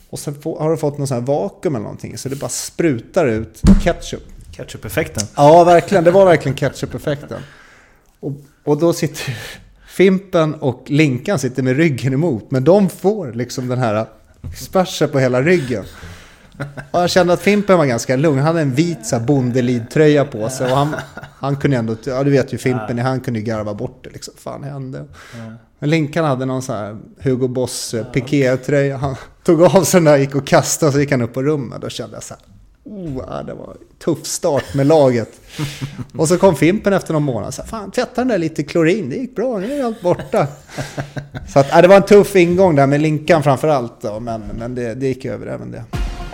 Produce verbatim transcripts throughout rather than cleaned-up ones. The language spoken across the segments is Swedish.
Och sen få, har du fått någon sån här vakuum eller någonting, så det bara sprutar ut ketchup. Ketchup-effekten. Ja, verkligen. Det var verkligen ketchup-effekten. Och, och då sitter Fimpen och Linkan sitter med ryggen emot. Men de får liksom den här spärsen på hela ryggen. Och jag kände att Fimpen var ganska lugn. Han hade en vit så här bondelidtröja på sig. Och han, han kunde ändå, ja du vet ju Fimpen, han kunde ju garva bort det liksom. Fan hände. Men Linkan hade någon så här Hugo Boss piké-tröja. Han tog av sig när han gick och kastade, så gick han upp på rummet. Då kände jag så här, oh, det var en tuff start med laget. Och så kom Fimpen efter någon månad. Så här, fan, tvätta den där lite klorin. Det gick bra, nu är allt borta. Så att, ja, det var en tuff ingång där med Linkan framförallt. Då, men men det, det gick över även det.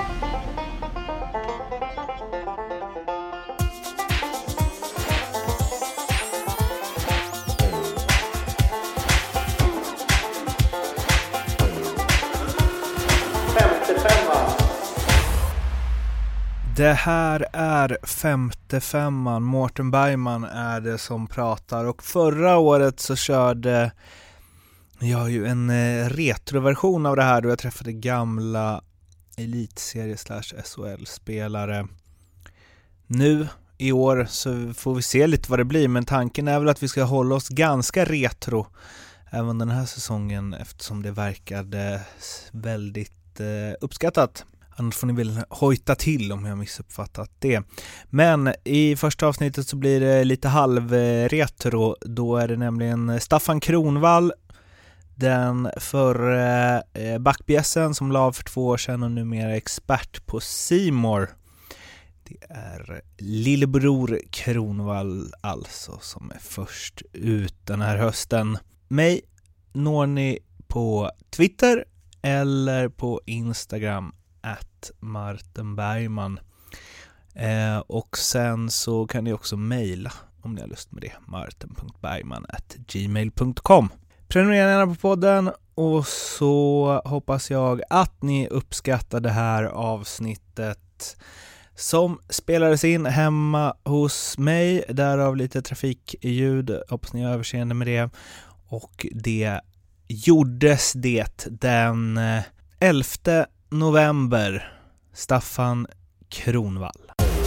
Det här är femte femman. Mårten Bergman är det som pratar. Och förra året så körde jag ju en retroversion av det här, då jag träffade gamla elitserie slash S H L-spelare. Nu i år så får vi se lite vad det blir, men tanken är väl att vi ska hålla oss ganska retro även den här säsongen, eftersom det verkade väldigt eh, uppskattat. Annars får ni väl hojta till om jag missuppfattat det. Men i första avsnittet så blir det lite halvretro. Då är det nämligen Staffan Kronwall, den förre backbjässen som la av för två år sedan och numera expert på C More. Det är lillebror Kronwall alltså som är först ut den här hösten. Mig når ni på Twitter eller på Instagram at Martin Bergman. Eh, och sen så kan ni också mejla om ni har lust med det. martin punkt bergman at gmail punkt com. Prenumerera gärna på podden, och så hoppas jag att ni uppskattar det här avsnittet som spelades in hemma hos mig. Därav lite trafikljud. Hoppas ni har överseende med det. Och det gjordes det den elfte november. Staffan Kronwall.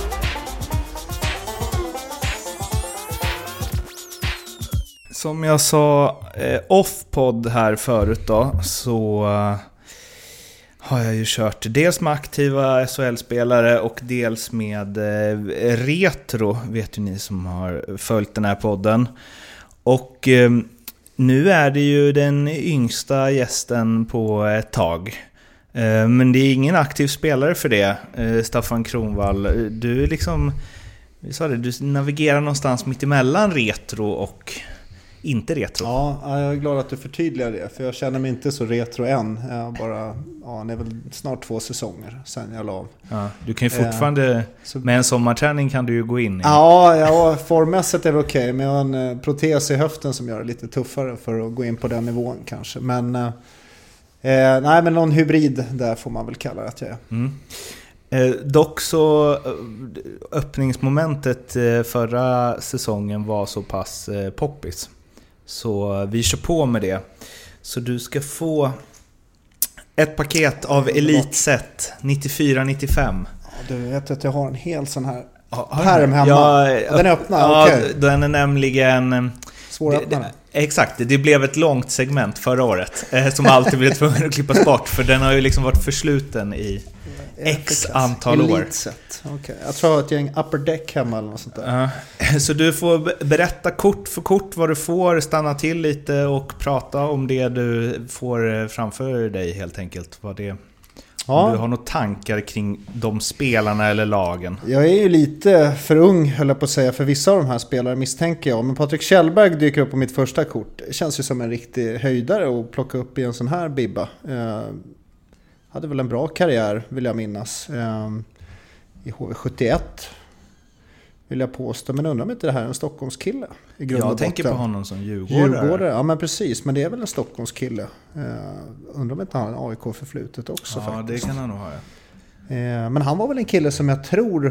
Som jag sa eh, off-podd här förut då, så eh, har jag ju kört dels med aktiva S H L-spelare och dels med eh, retro, vet ju ni som har följt den här podden. Och eh, nu är det ju den yngsta gästen på ett tag. Men det är ingen aktiv spelare för det, Staffan Kronwall. Du är liksom, vi sa det, du navigerar någonstans mitt emellan retro och inte retro. Ja, jag är glad att du förtydligar det, för jag känner mig inte så retro än. Jag bara, ja, det är väl snart två säsonger sen jag la av. Ja, du kan ju fortfarande, eh, så... med en sommarträning kan du ju gå in i. Ja, ja, formmässigt är det okej, men jag har en protes i höften som gör det lite tuffare för att gå in på den nivån kanske. Men... Eh, nej, men någon hybrid där får man väl kalla det att jag är. Mm. Eh, dock så öppningsmomentet eh, förra säsongen var så pass eh, poppis. Så vi kör på med det. Så du ska få ett paket av Elitset nittiofyra nittiofem. Ja, du vet att jag har en hel sån här ja, pärm hemma. Ja, den är öppnad, ja, okej. Okay. Den är nämligen... Svåröppnad. Exakt, det blev ett långt segment förra året eh, som alltid blev tvungen att klippas bort, för den har ju liksom varit försluten i x antal år. Elitset. Okay. Jag tror att jag har en upper deck hemma eller något sånt där. Uh, så du får berätta kort för kort vad du får, stanna till lite och prata om det du får framför dig helt enkelt. Vad det Ja. Om du har några tankar kring de spelarna eller lagen? Jag är ju lite för ung, höll jag på att säga, för vissa av de här spelarna misstänker jag. Men Patrik Kjellberg dyker upp på mitt första kort. Det känns ju som en riktig höjdare att plocka upp i en sån här bibba. Eh, hade väl en bra karriär, vill jag minnas. Eh, I H V sjuttioett vill jag påstå. Men undrar om inte det här är en Stockholmskille i grund och Jag tänker botten. på honom som djurgårdare. Djurgårdare, ja men precis. Men det är väl en Stockholmskille. Uh, undrar om inte han har en A I K-förflutet också. Ja, faktiskt. Det kan han nog ha. Ja. Uh, men han var väl en kille som jag tror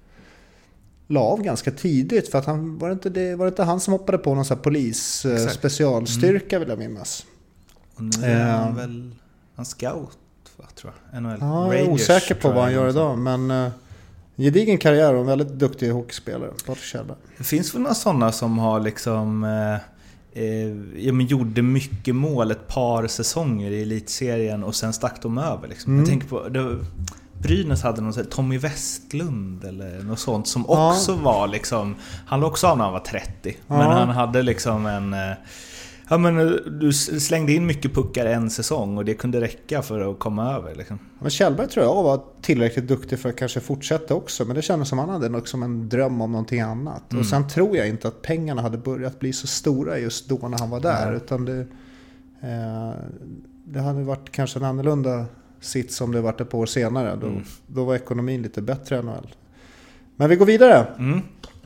la av ganska tidigt. För att han, var, det inte det, var det inte han som hoppade på någon sån här polis uh, specialstyrka mm. vill jag minnas. Och nu är han uh, väl en scout va, tror jag. N H L ja, jag är Rangers, osäker på vad han gör liksom. idag, men uh, gedigen karriär och en väldigt duktig hockeyspelare, Patrik Kjellberg. Det finns väl några sådana som har liksom eh, eh, ja, men gjorde mycket mål ett par säsonger i elitserien och sen stack de över liksom. Mm. Jag tänker på det, Brynäs hade någon sån, Tommy Westlund eller något sånt som också ja. var liksom, han låg också av när han var trettio, ja. men han hade liksom en ja, men du slängde in mycket puckar en säsong och det kunde räcka för att komma över liksom. Men Kjellberg tror jag var tillräckligt duktig för att kanske fortsätta också, men det kändes som han hade något som en dröm om någonting annat. Mm. Och sen tror jag inte att pengarna hade börjat bli så stora just då när han var där, mm. utan det, eh, det hade varit kanske en annorlunda sitt som det varit ett par år senare. Då, mm. då var ekonomin lite bättre än väl. Men vi går vidare. Mm.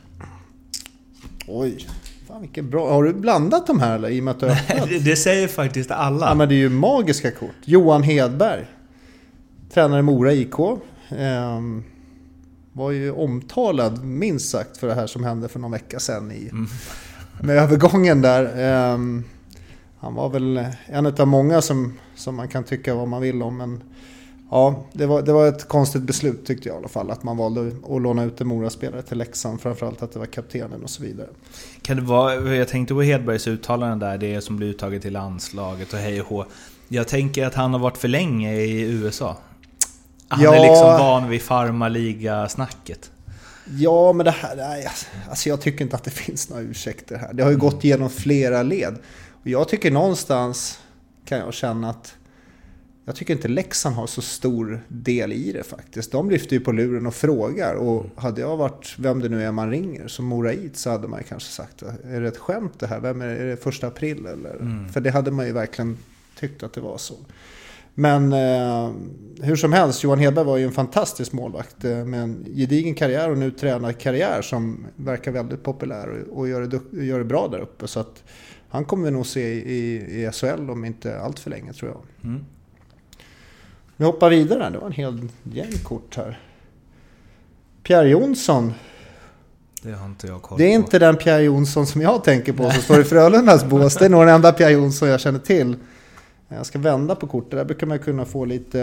Oj, fan vilken bra. Har du blandat de här eller? I och med att du det, det säger faktiskt alla. Ja, men det är ju magiska kort. Johan Hedberg, tränare Mora I K. Ehm, var ju omtalad minst sagt för det här som hände för någon vecka sedan i, mm. med övergången där. Ehm, han var väl en av många som, som man kan tycka vad man vill om, men ja, det var, det var ett konstigt beslut tyckte jag i alla fall, att man valde att låna ut en Mora-spelare till Leksand, framförallt att det var kaptenen och så vidare. Kan det vara, jag tänkte på Hedbergs uttalande där, det som blir uttaget till landslaget och hej och hå. Jag tänker att han har varit för länge i U S A. Han ja, är liksom van vid farmaliga-snacket. Ja, men det här, nej, alltså jag tycker inte att det finns några ursäkter här. Det har ju gått genom flera led. Och jag tycker någonstans kan jag känna att jag tycker inte Leksand har så stor del i det faktiskt. De lyfter ju på luren och frågar. Och hade jag varit, vem det nu är man ringer, som Moraid, så hade man kanske sagt, är det ett skämt det här? Vem är det, är det första april? Eller? Mm. För det hade man ju verkligen tyckt att det var så. Men eh, hur som helst, Johan Hedberg var ju en fantastisk målvakt eh, med en gedigen karriär och nu tränar karriär som verkar väldigt populär och, och gör, det, gör det bra där uppe. Så att han kommer vi nog se i, i S H L om inte allt för länge, tror jag. Mm. Vi hoppar vidare, det var en hel gäng kort här. Pierre Jonsson. Det har inte jag koll Det är på. Inte den Pierre Jonsson som jag tänker på som står i Frölundas bås. Det är nog den enda Pierre Jonsson jag känner till. Jag ska vända på kortet. Där brukar man kunna få lite...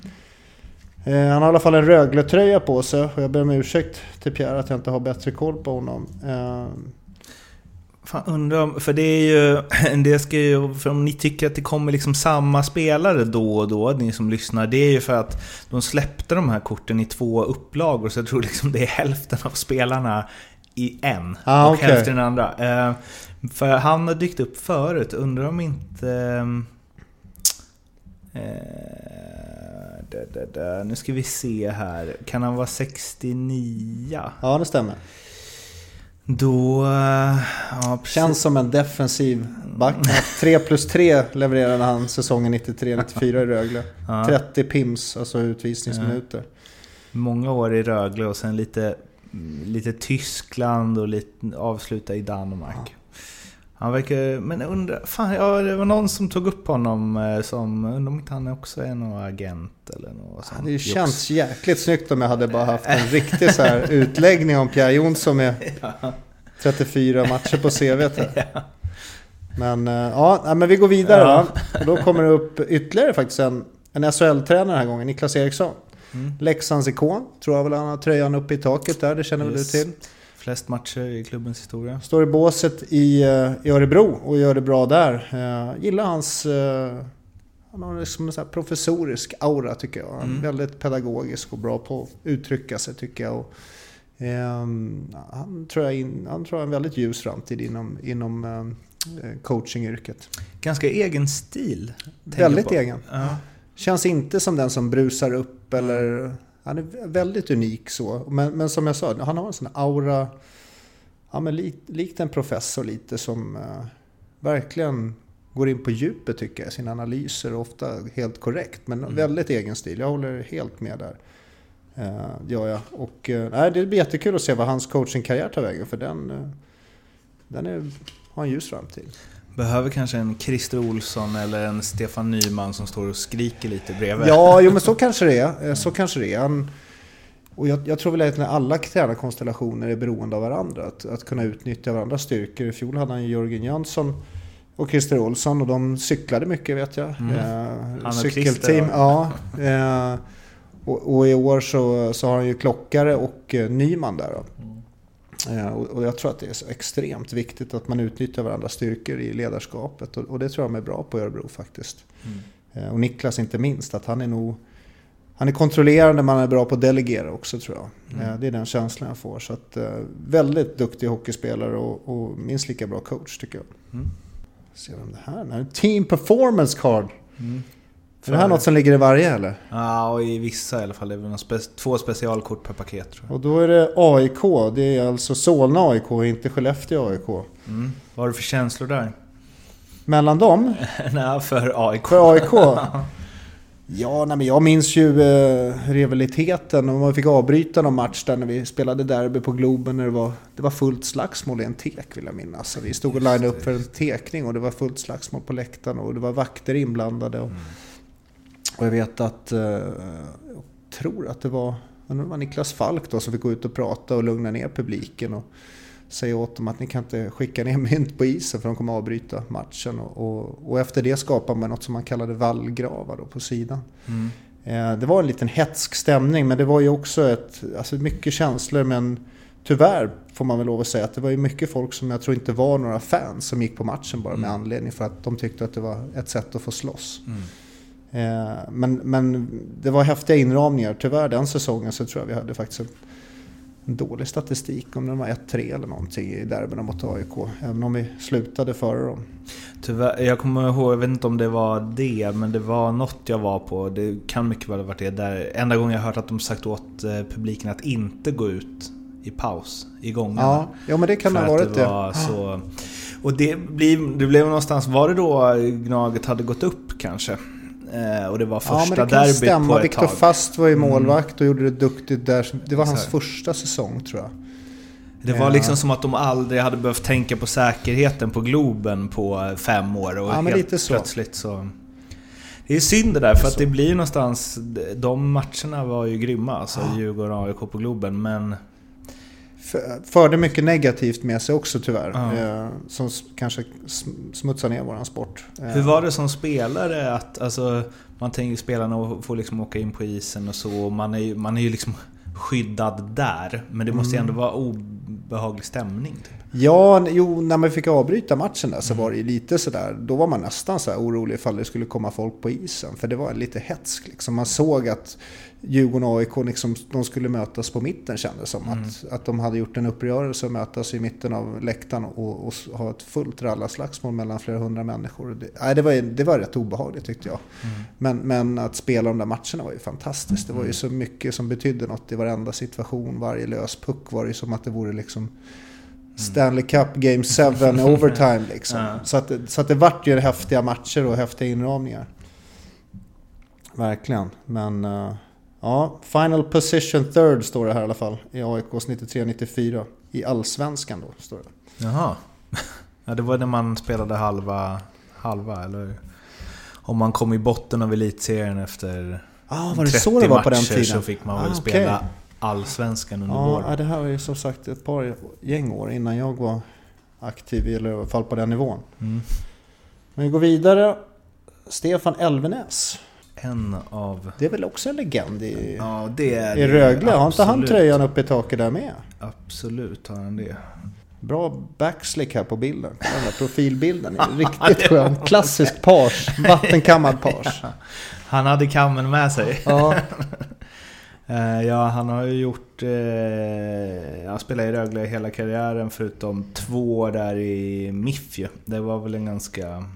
Eh, han har i alla fall en Rögle-tröja på sig. Och jag ber om ursäkt till Pierre att jag inte har bättre koll på honom. Eh, Fan, undrar om, för det är ju, det ska ju, för om ni tycker att det kommer liksom samma spelare då och då, ni som lyssnar, det är ju för att de släppte de här korten i två upplagor, så jag tror liksom det är hälften av spelarna i en ah, och okay. hälften i den andra. Eh, för han har dykt upp förut, undrar om inte... Eh, där, där, där. Nu ska vi se här, kan han vara sextionio? Ja, det stämmer. Då ja, känns som en defensiv back. tre plus tre levererade han säsongen nittiotre nittiofyra i Rögle. Ja. trettio pims, alltså utvisningsminuter. Ja. Många år i Rögle och sen lite, lite Tyskland och lite avsluta i Danmark. Ja. Han verkar, men undrar, fan, ja, det var någon som tog upp honom som, undrar om inte han också är någon agent eller något sånt. Ja, det känns jäkligt snyggt om jag hade bara haft en riktig så här utläggning om Pierre Jonsson med trettiofyra matcher på C V:t. Ja. Men ja, men vi går vidare. Ja. Och då kommer det upp ytterligare faktiskt en, en S H L-tränare den här gången, Niklas Eriksson. Mm. Leksands ikon, tror jag väl han har tröjan uppe i taket där, det känner yes. väl du till. Flest matcher i klubbens historia. Står i båset i, i Örebro och gör det bra där. Uh, gillar hans... Uh, han har liksom en sån här professorisk aura tycker jag. Mm. Väldigt pedagogisk och bra på att uttrycka sig tycker jag. Och, um, han, tror jag in, han tror jag har en väldigt ljus framtid inom, inom um, coachingyrket. Ganska egen stil. Väldigt egen. Uh. Känns inte som den som brusar upp eller... Han är väldigt unik så. Men, men som jag sa, han har en sån aura, ja, men li, likt en professor lite som uh, verkligen går in på djupet tycker jag. Sina analyser ofta helt korrekt. Men mm. väldigt egen stil. Jag håller helt med där. Uh, ja, ja. Och uh, nej, det blir jättekul att se vad hans coachingkarriär tar vägen. För den, uh, den är, har en ljus framtid. Behöver kanske en Christer Olsson eller en Stefan Nyman som står och skriker lite bredvid. Ja, jo, men så kanske det är. Så kanske det är. Han, och jag, jag tror väl att när alla tränarkonstellationer är beroende av varandra. Att, att kunna utnyttja varandras styrkor. I fjol hade han Jörgen Jönsson och Christer Olsson, och de cyklade mycket vet jag. Mm. Eh, han cykelteam, ja. Eh, och, och i år så, så har han ju Klockare och eh, Nyman där då. Mm. Eh, och, och jag tror att det är så extremt viktigt att man utnyttjar varandras styrkor i ledarskapet, och, och det tror jag de är bra på Örebro faktiskt. Mm. Eh, och Niklas inte minst, att han är nog han är kontrollerande, man är bra på att delegera också tror jag. Mm. Eh, det är den känslan jag får. Så att, eh, väldigt duktig hockeyspelare och, och minst lika bra coach tycker jag. Mm. Se om det här är Team Performance Card. Mm. Är det här något som ligger i varje eller? Ja, och i vissa i alla fall. Det är väl spe- två specialkort per paket tror jag. Och då är det A I K. Det är alltså Solna A I K, inte Skellefteå A I K. Mm. Vad har du för känslor där? Mellan dem? Nej, för A I K. För A I K? Ja, nej, men jag minns ju eh, rivaliteten, och man fick avbryta någon match där när vi spelade derby på Globen, när det var, det var fullt slagsmål i en tek vill jag minnas. Så vi stod och linade upp för en tekning och det var fullt slagsmål på läktaren och det var vakter inblandade. Och, mm. och jag vet att, eh, jag tror att det var, det var Niklas Falk då som fick gå ut och prata och lugna ner publiken och säga åt dem att ni kan inte skicka ner mynt på isen för de kommer avbryta matchen. Och, och, och efter det skapade man något som man kallade vallgravar då på sidan. Mm. Eh, det var en liten hetsk stämning, men det var ju också ett, alltså mycket känslor, men tyvärr får man väl lov att säga att det var ju mycket folk som jag tror inte var några fans som gick på matchen bara med mm. anledning för att de tyckte att det var ett sätt att få slåss. Mm. Eh, men, men det var häftiga inramningar. Tyvärr den säsongen så tror jag vi hade faktiskt en En dålig statistik om det var ett tre eller någonting i derbyna mot A I K, även om vi slutade före dem. Tyvärr, jag kommer ihåg, jag vet inte om det var det, men det var något jag var på, det kan mycket väl ha varit det där. Enda gången jag hört att de sagt åt publiken att inte gå ut i paus i gången. Ja, ja men det kan ha varit det. det. Var så, och det blev, det blev någonstans, var det då Gnaget hade gått upp kanske? Och det var första ja, derbyt stämma. På ett Viktor tag. Fast var ju målvakt och gjorde det duktigt där. Det var hans Exakt. första säsong tror jag. Det var liksom som att de aldrig hade behövt tänka på säkerheten på Globen på fem år. Och ja, men helt lite så. Plötsligt så... Det är synd det där, för att det blir någonstans... De matcherna var ju grymma, alltså ja. Djurgården och A I K på Globen, men... Förde mycket negativt med sig också tyvärr. Ja. Eh, som kanske smutsar ner våran sport. Eh. Hur var det som spelare att alltså, man tänker spelarna får liksom åka in på isen och så, och man är ju, man är ju liksom skyddad där, men det måste mm. ändå vara obehaglig stämning typ. Ja, jo, när man fick avbryta matchen där så var det lite sådär, då var man nästan så här orolig ifall det skulle komma folk på isen, för det var lite hetsk liksom. Man såg att Djurgården och A I K liksom, de skulle mötas på mitten, kändes som mm. att, att de hade gjort en uppgörelse och mötas i mitten av läktaren och, och ha ett fullt rallaslagsmål mellan flera hundra människor. Det, nej, det, var, det var rätt obehagligt tyckte jag. Mm. Men, men att spela de där matcherna var ju fantastiskt. Det var ju så mycket som betydde något i varenda situation. Varje lös puck var ju som att det vore liksom Stanley Cup Game sju overtime liksom. Ja. Så, att, så att det vart ju häftiga matcher och häftiga inramningar. Verkligen. Men uh, ja, final position third står det här i alla fall i A I K:s nittiotre nittiofyra. I Allsvenskan då står det. Jaha. Ja, det var när man spelade halva halva eller om man kom i botten av elitserien efter ah, var det så det var på den tiden? Så fick man väl ah, spela okay. Allsvenskan under ja, våren. Ja, det här var ju som sagt ett par gängår innan jag var aktiv, eller i alla fall på den nivån. Mm. Men vi går vidare. Stefan Elvenäs. En av... Det är väl också en legend i, ja, det är i Rögle. Har inte han tröjan uppe i taket där med? Absolut har han det. Bra backslick här på bilden. Den här profilbilden är riktigt skön. Klassisk page. Vattenkammad page. Han hade kammen med sig. Ja. Ja, han har ju gjort eh, jag spelade i Rögle hela karriären förutom två år där i M I F ju. Det var väl en ganska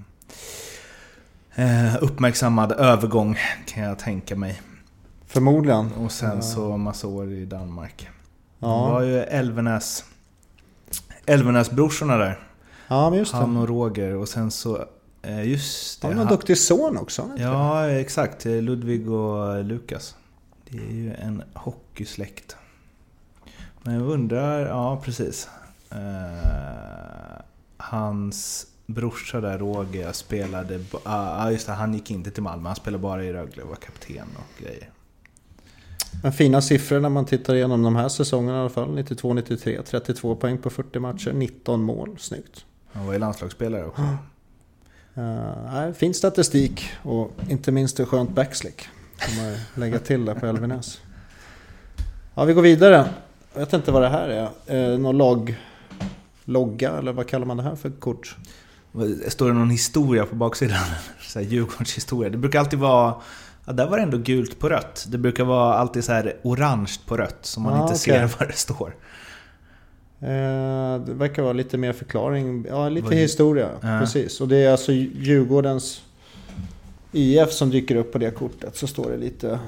eh, uppmärksammad övergång kan jag tänka mig. Förmodligen. Och sen ja. så massa år i Danmark. Ja. Det var ju Elvenäs Elvenäs brorsorna där. Ja, men just det. Han och Roger och sen så eh, just det. Han har en duktig son också. Ja, exakt. Ludvig och Lukas. Det är ju en hockeysläkt. Men jag undrar, ja precis. Uh, hans brorsa där, Roger, spelade... Ja uh, just det, han gick inte till Malmö. Han spelade bara i Rögle och var kapten och grejer. Men fina siffror när man tittar igenom de här säsongerna i alla fall. nittiotvå nittiotre, trettiotvå poäng på fyrtio matcher, nitton mål. Snyggt. Han var ju landslagsspelare också. Uh, fin statistik och inte minst ett skönt backslick som man lägga till där på Elvenäs. Ja, vi går vidare. Jag vet inte vad det här är. Uh, någon lag, logga eller vad kallar man det här för kort? Står det någon historia på baksidan? Så här Djurgårdens historia. Det brukar alltid vara... Ja, där var det ändå gult på rött. Det brukar vara alltid så här orange på rött så man ah, inte okay. ser vad det står. Eh, det verkar vara lite mer förklaring. Ja, lite historia. Ja. Precis. Och det är alltså Djurgårdens I F som dyker upp på det kortet. Så står det lite...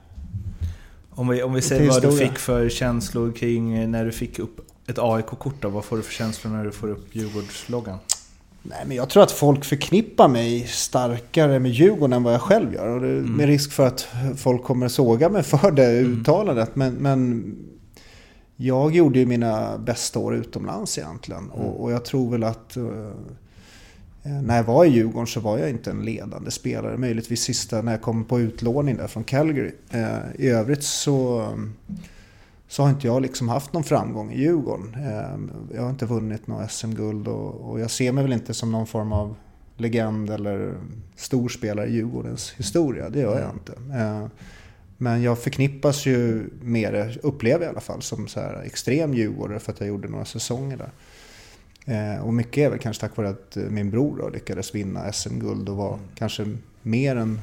Om vi, om vi säger vad du fick för känslor kring när du fick upp ett A I K-kort då, vad får du för känslor när du får upp Djurgårdsloggan? Nej, men jag tror att folk förknippar mig starkare med Djurgården än vad jag själv gör. Och det är mm. med risk för att folk kommer såga mig för det uttalandet. Men, men jag gjorde ju mina bästa år utomlands egentligen. Mm. Och, och jag tror väl att uh, när jag var i Djurgården så var jag inte en ledande spelare. Möjligtvis sista när jag kom på utlåning där från Calgary. Uh, I övrigt så... Um, så har inte jag liksom haft någon framgång i Djurgården. Jag har inte vunnit någon S M-guld och jag ser mig väl inte som någon form av legend eller storspelare i Djurgårdens historia. Det gör jag inte. Men jag förknippas ju med det, upplever jag i alla fall, som så här extrem djurgårdare för att jag gjorde några säsonger där. Och mycket är väl kanske tack vare att min bror då lyckades vinna S M-guld och var mm. kanske mer än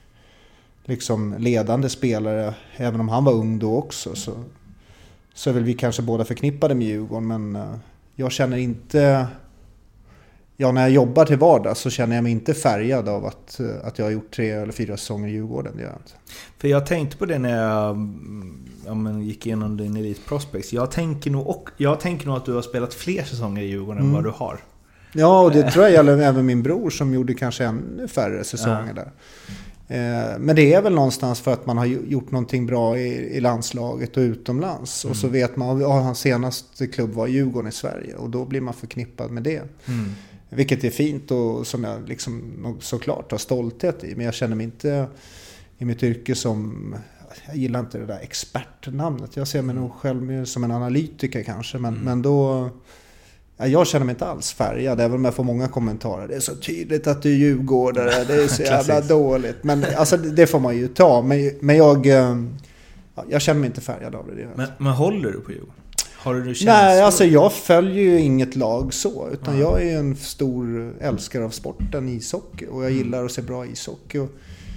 liksom ledande spelare, även om han var ung då också, så så är väl vi kanske båda förknippade med Djurgården, men uh, jag känner inte... Ja, när jag jobbar till vardag så känner jag mig inte färgad av att, uh, att jag har gjort tre eller fyra säsonger i Djurgården. Det gör jag inte. För jag tänkte på det när jag ja, men gick igenom din Elite Prospects. Jag tänker, nog, och, jag tänker nog att du har spelat fler säsonger i Djurgården mm. än vad du har. Ja, och det tror jag gäller även min bror som gjorde kanske ännu färre säsonger ja. där. Men det är väl någonstans för att man har gjort någonting bra i, i landslaget och utomlands. Mm. Och så vet man att ja, hans senaste klubb var Djurgården i Sverige. Och då blir man förknippad med det. Mm. Vilket är fint och som jag liksom såklart har stolthet i. Men jag känner mig inte i mitt yrke som... Jag gillar inte det där expertnamnet. Jag ser mig nog själv som en analytiker kanske. Men, mm. men då... Jag känner mig inte alls färgad, även om jag får många kommentarer. Det är så tydligt att du är djurgårdare, det är så jävla dåligt. Men alltså, det får man ju ta. Men, men jag, jag känner mig inte färgad av det. det men, men håller du på Djurgården? Har du känslor? Nej, alltså jag följer ju inget lag så. Utan mm. jag är en stor älskare av sporten, ishockey. Och jag gillar mm. att se bra ishockey. Och,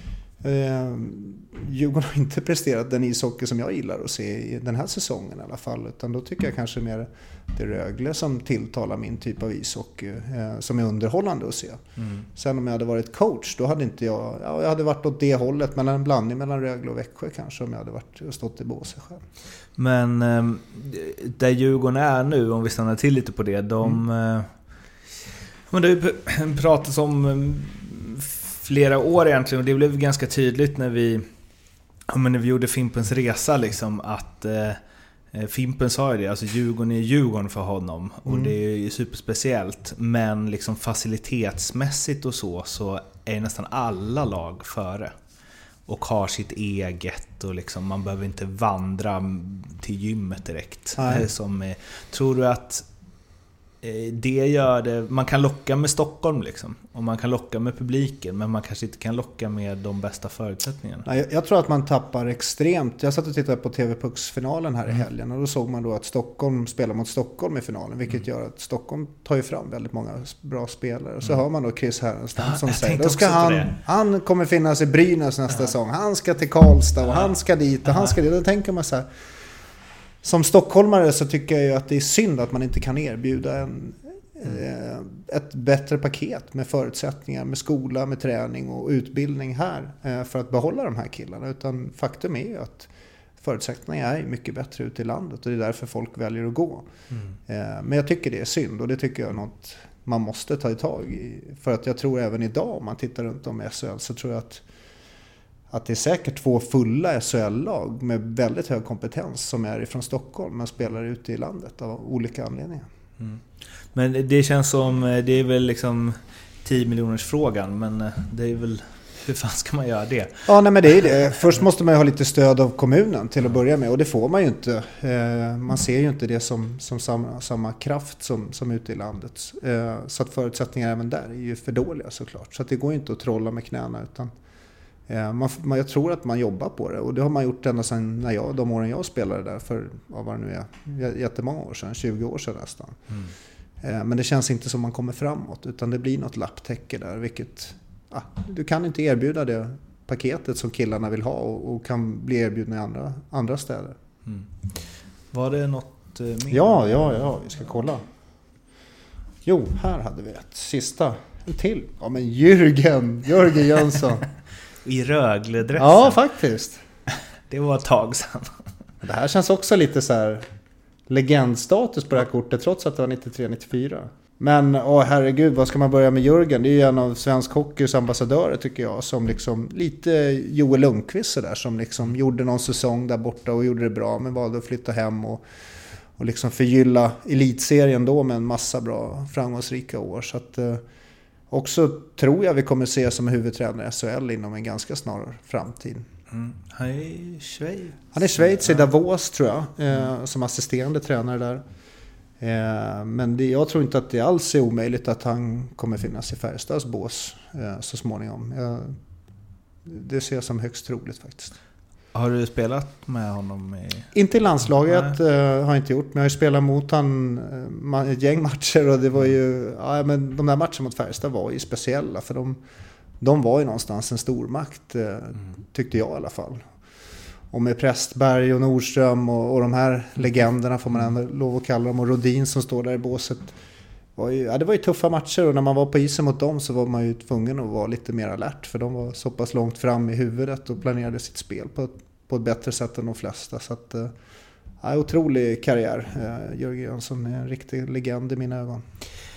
eh, Djurgården har inte presterat den ishockey som jag gillar att se i den här säsongen i alla fall. Utan då tycker jag kanske mer det Rögle som tilltalar min typ av ishockey eh, som är underhållande att se. Mm. Sen om jag hade varit coach, då hade inte jag... Ja, jag hade varit åt det hållet, mellan en blandning mellan Rögle och Växjö kanske, om jag hade varit, stått i båset själv. Men eh, där Djurgården är nu, om vi stannar till lite på det, de... Mm. Eh, men det har ju pratats om eh, flera år egentligen, och det blev ganska tydligt när vi... Ja, men när vi gjorde Fimpens resa liksom, att eh, Fimpen sa ju det, alltså Djurgården är Djurgården för honom och mm. det är ju superspeciellt, men liksom facilitetsmässigt och så så är nästan alla lag före och har sitt eget och liksom, man behöver inte vandra till gymmet direkt. Som, eh, tror du att eh, det gör det, man kan locka med Stockholm liksom, och man kan locka med publiken, men man kanske inte kan locka med de bästa förutsättningarna? Nej, jag, jag tror att man tappar extremt. Jag satt och tittade på T V-pucksfinalen här mm. i helgen, och då såg man då att Stockholm spelar mot Stockholm i finalen, vilket mm. gör att Stockholm tar ju fram väldigt många bra spelare. Och så mm. hör man då Chris Härenstam som säger då ska han, han kommer finnas i Brynäs nästa ja. säsong, han ska till Karlstad och ja. han ska dit och ja. han ska dit. Då tänker man så här, som stockholmare så tycker jag ju att det är synd att man inte kan erbjuda en, mm. ett bättre paket med förutsättningar, med skola, med träning och utbildning här för att behålla de här killarna. Utan faktum är ju att förutsättningarna är mycket bättre ute i landet och det är därför folk väljer att gå. Mm. Men jag tycker det är synd, och det tycker jag är något man måste ta i tag i. För att jag tror även idag, om man tittar runt om i S H L, så tror jag att att det är säkert två fulla S H L-lag med väldigt hög kompetens som är ifrån Stockholm men spelar ute i landet av olika anledningar. Mm. Men det känns som, det är väl liksom tio miljoners frågan, men det är väl hur fan ska man göra det? Ja, nej, men det är det. Först måste man ju ha lite stöd av kommunen till att börja med. Och det får man ju inte. Eh, man ser ju inte det som, som samma, samma kraft som, som ute i landet. Eh, så att förutsättningar även där är ju för dåliga såklart. Så att det går inte att trolla med knäna. Utan, eh, man, man, jag tror att man jobbar på det. Och det har man gjort ända sedan när jag, de åren jag spelade där. För ja, vad det nu är, jättemånga år sedan. tjugo år sedan nästan. Mm. Eh, men det känns inte som man kommer framåt. Utan det blir något lapptäcke där. Vilket... Ah, du kan inte erbjuda det paketet som killarna vill ha och, och kan bli erbjudna i andra, andra städer. Mm. Var det något eh, mer? Ja, ja, ja, vi ska kolla. Jo, här hade vi ett sista. En till. Ja, men Jürgen, Jörgen Jönsson. I Rögle-dressen. Ja, faktiskt. Det var ett tag sedan. Det här känns också lite så här legendstatus på det här kortet trots att det var nittiotre nittiofyra. Men åh herregud, vad ska man börja med Jörgen? Det är ju en av svensk hockeys ambassadörer tycker jag. Som liksom lite Joel Lundqvist så där, som liksom gjorde någon säsong där borta och gjorde det bra. Men valde att flytta hem och, och liksom förgylla elitserien då med en massa bra framgångsrika år. Så att eh, också tror jag vi kommer se som huvudtränare i S H L inom en ganska snar framtid. Mm. Han är i Schweiz. Han är i Schweiz i Davos tror jag, eh, som assisterande tränare där. Eh, men det, jag tror inte att det alls är omöjligt att han kommer finnas i Färjestads bås eh, så småningom. Jag, det ser jag som högst troligt faktiskt. Har du spelat med honom? I... Inte i landslaget eh, har jag inte gjort, men jag har ju spelat mot han eh, ett gäng matcher och det var ju, ja, men de där matcherna mot Färjestad var ju speciella för de, de var ju någonstans en stormakt eh, mm. tyckte jag i alla fall. Och med Prästberg och Nordström och, och de här legenderna får man ändå lov att kalla dem. Och Rodin som står där i båset. Var ju, ja, det var ju tuffa matcher och när man var på isen mot dem så var man ju tvungen att vara lite mer alert. För de var så pass långt fram i huvudet och planerade sitt spel på ett, på ett bättre sätt än de flesta. Så att, ja, otrolig karriär. Jörgen Jönsson är en riktig legend i mina ögon.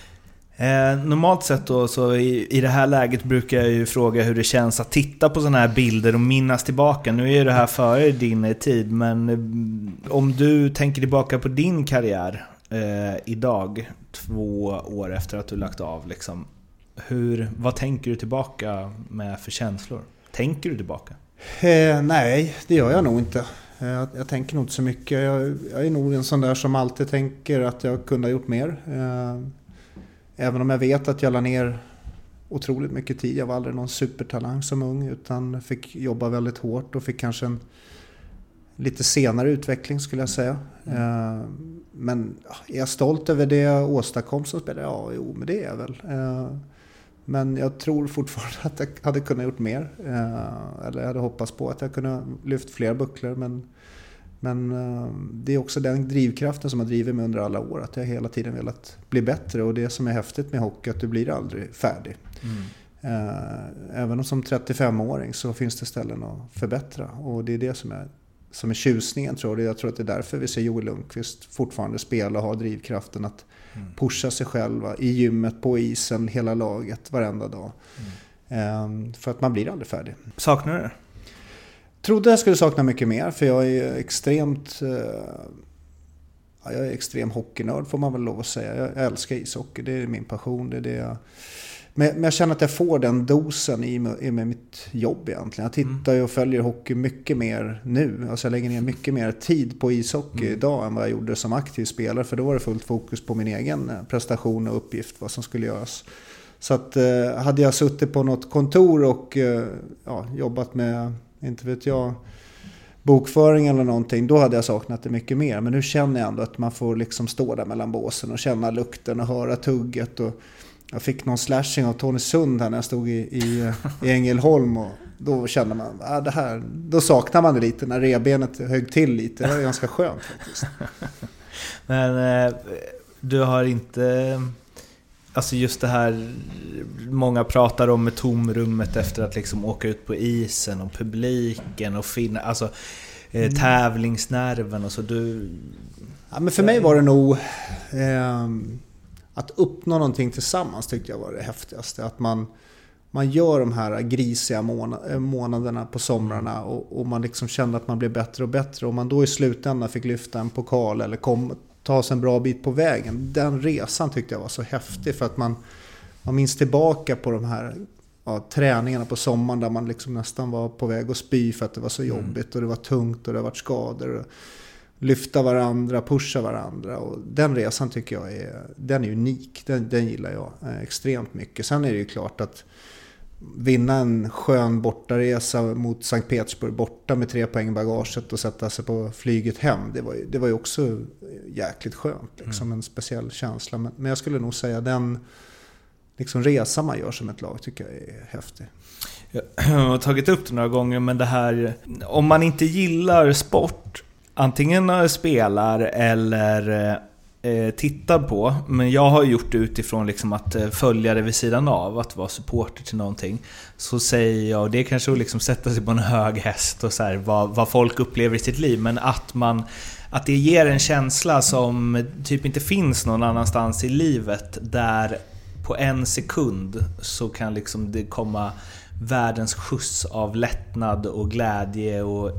Eh, normalt sett då, så i, i det här läget brukar jag ju fråga hur det känns att titta på sådana här bilder och minnas tillbaka. Nu är det här före din tid, men eh, om du tänker tillbaka på din karriär eh, idag, två år efter att du lagt av, liksom, hur, vad tänker du tillbaka med för känslor? Tänker du tillbaka? Eh, nej, det gör jag nog inte. Jag, jag tänker nog inte så mycket. Jag, jag är nog en sån där som alltid tänker att jag kunde ha gjort mer. Eh, Även om jag vet att jag la ner otroligt mycket tid. Jag var aldrig någon supertalang som ung utan fick jobba väldigt hårt och fick kanske en lite senare utveckling skulle jag säga. Mm. Men är jag stolt över det jag åstadkom som spelare? Ja, jo, men det är jag väl. Men jag tror fortfarande att jag hade kunnat gjort mer. Eller jag hade hoppats på att jag kunde lyft fler bucklor. Men, men det är också den drivkraften som har drivit mig under alla år. Att jag hela tiden velat bli bättre. Och det som är häftigt med hockey är att du blir aldrig färdig. Mm. Även om som trettiofem-åring så finns det ställen att förbättra. Och det är det som är, som är tjusningen tror jag. Jag tror att det är därför vi ser Joel Lundqvist fortfarande spela och ha drivkraften att mm. pusha sig själva i gymmet, på isen, hela laget, varenda dag. Mm. För att man blir aldrig färdig. Saknar du det? Trodde jag skulle sakna mycket mer för jag är extremt ja, jag är extrem hockeynörd får man väl lov att säga. Jag älskar ishockey, det är min passion, det är det jag... Men jag känner att jag får den dosen i med, med mitt jobb egentligen. Jag tittar ju och följer hockey mycket mer nu. Alltså jag lägger ner mycket mer tid på ishockey mm. idag än vad jag gjorde som aktiv spelare. För då var det fullt fokus på min egen prestation och uppgift, vad som skulle göras. Så att eh, hade jag suttit på något kontor och eh, ja, jobbat med, inte vet jag, bokföring eller någonting, då hade jag saknat det mycket mer. Men nu känner jag ändå att man får liksom stå där mellan båsen och känna lukten och höra tugget och jag fick någon slashing av Tony Sund här när jag stod i, i, i Ängelholm och då kände man ah, det här, då saknar man det lite när rebenet högg till lite. Det var ganska skönt faktiskt. Men eh, du har inte, alltså just det här många pratar om med tomrummet efter att liksom åka ut på isen och publiken och finna, alltså eh, tävlingsnerven och så du... Ja, men för mig var det nog eh, att uppnå någonting tillsammans tyckte jag var det häftigaste. Att man, man gör de här grisiga månaderna på somrarna och, och man liksom kände att man blev bättre och bättre. Och man då i slutändan fick lyfta en pokal eller kom, ta sig en bra bit på vägen. Den resan tyckte jag var så häftig för att man, man minns tillbaka på de här ja, träningarna på sommaren där man liksom nästan var på väg att spy för att det var så jobbigt mm. och det var tungt och det var skador. Och lyfta varandra, pusha varandra. Och den resan tycker jag är, den är unik. Den, den gillar jag eh, extremt mycket. Sen är det ju klart att vinna en skön bortaresa mot Sankt Petersburg borta med tre poäng i bagaget och sätta sig på flyget hem. Det var ju, det var ju också jäkligt skönt. Liksom, mm. en speciell känsla. Men, men jag skulle nog säga den liksom, resan man gör som ett lag tycker jag är häftig. Jag har tagit upp det några gånger, men det här, om man inte gillar sport, antingen spelar eller eh, tittar på, men jag har gjort det utifrån liksom att följa det vid sidan av, att vara supporter till någonting, så säger jag, och det är kanske att liksom sätta sig på en hög häst och så här, vad, vad folk upplever i sitt liv, men att man att det ger en känsla som typ inte finns någon annanstans i livet, där på en sekund så kan liksom det komma världens skjuts av lättnad och glädje och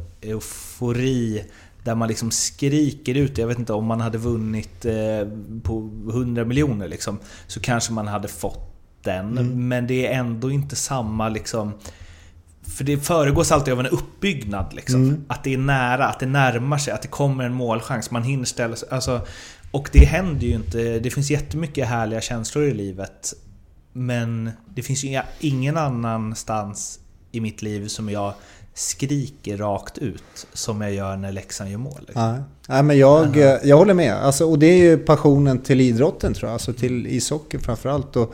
eufori, där man liksom skriker ut. Jag vet inte, om man hade vunnit eh, på hundra miljoner liksom, så kanske man hade fått den. Mm. Men det är ändå inte samma liksom, för det föregås alltid av en uppbyggnad liksom. Mm. Att det är nära, att det närmar sig, att det kommer en målchans, man hinner ställa sig, alltså, och det händer ju inte. Det finns jättemycket härliga känslor i livet, men det finns ju ingen annanstans i mitt liv som jag skriker rakt ut som jag gör när Leksand gör mål. Liksom. Nej. Nej, men jag, jag håller med. Alltså, och det är ju passionen till idrotten, tror jag. Alltså till ishockey framförallt. Och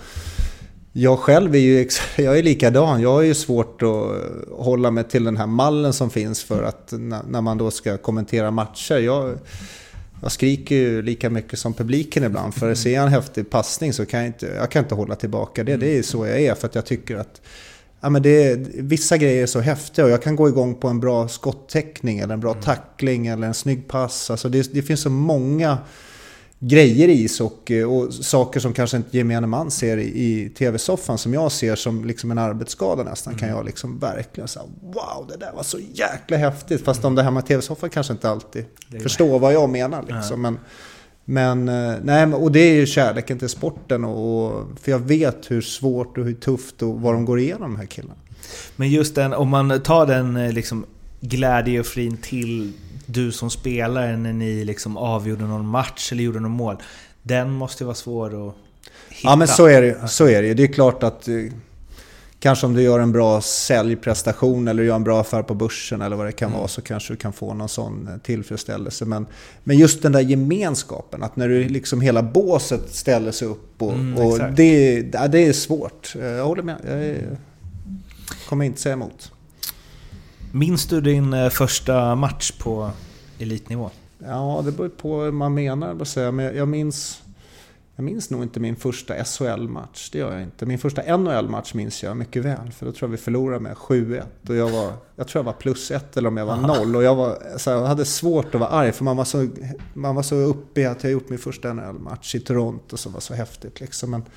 jag själv är ju jag är likadan. Jag har ju svårt att hålla mig till den här mallen som finns för att när man då ska kommentera matcher. Jag, jag skriker ju lika mycket som publiken ibland. För att se en häftig passning så kan jag inte, jag kan inte hålla tillbaka det. Det är så jag är, för att jag tycker att ja, men det är, vissa grejer är så häftiga, och jag kan gå igång på en bra skottäckning eller en bra mm. tackling eller en snygg pass. Alltså det, det finns så många grejer i ishockey och saker som kanske inte gemene man ser i, i tv-soffan, som jag ser som liksom en arbetsskada nästan. Mm. Kan jag liksom verkligen säga, wow, det där var så jäkla häftigt. Fast mm. om det här med tv-soffan kanske inte alltid förstår vad jag menar liksom. Mm. Men Men, nej, och det är ju kärleken till sporten, och, för jag vet hur svårt och hur tufft och vad de går igenom, de här killarna. Men just den, om man tar den liksom glädje och frin till du som spelare när ni liksom avgjorde någon match eller gjorde någon mål, den måste vara svår att hitta. Ja, men så är det, så är det. Det är klart att kanske om du gör en bra säljprestation eller gör en bra affär på börsen eller vad det kan mm. vara, så kanske du kan få någon sån tillfredsställelse. Men, men just den där gemenskapen, att när du liksom hela båset ställer sig upp och, mm, och det, det är svårt. Jag håller med. Jag kommer inte säga emot. Minns du din första match på elitnivå? Ja, det beror på vad man menar. Men jag minns... Jag minns nog inte min första S H L-match, det gör jag inte. Min första N H L-match minns jag mycket väl, för då tror jag vi förlorade med sju ett. Och jag, var, jag tror jag var plus ett eller om jag var noll. Och jag, var, så här, jag hade svårt att vara arg, för man var så, man var så uppe i att jag gjort min första N H L-match i Toronto, som var så häftigt. Liksom. Men,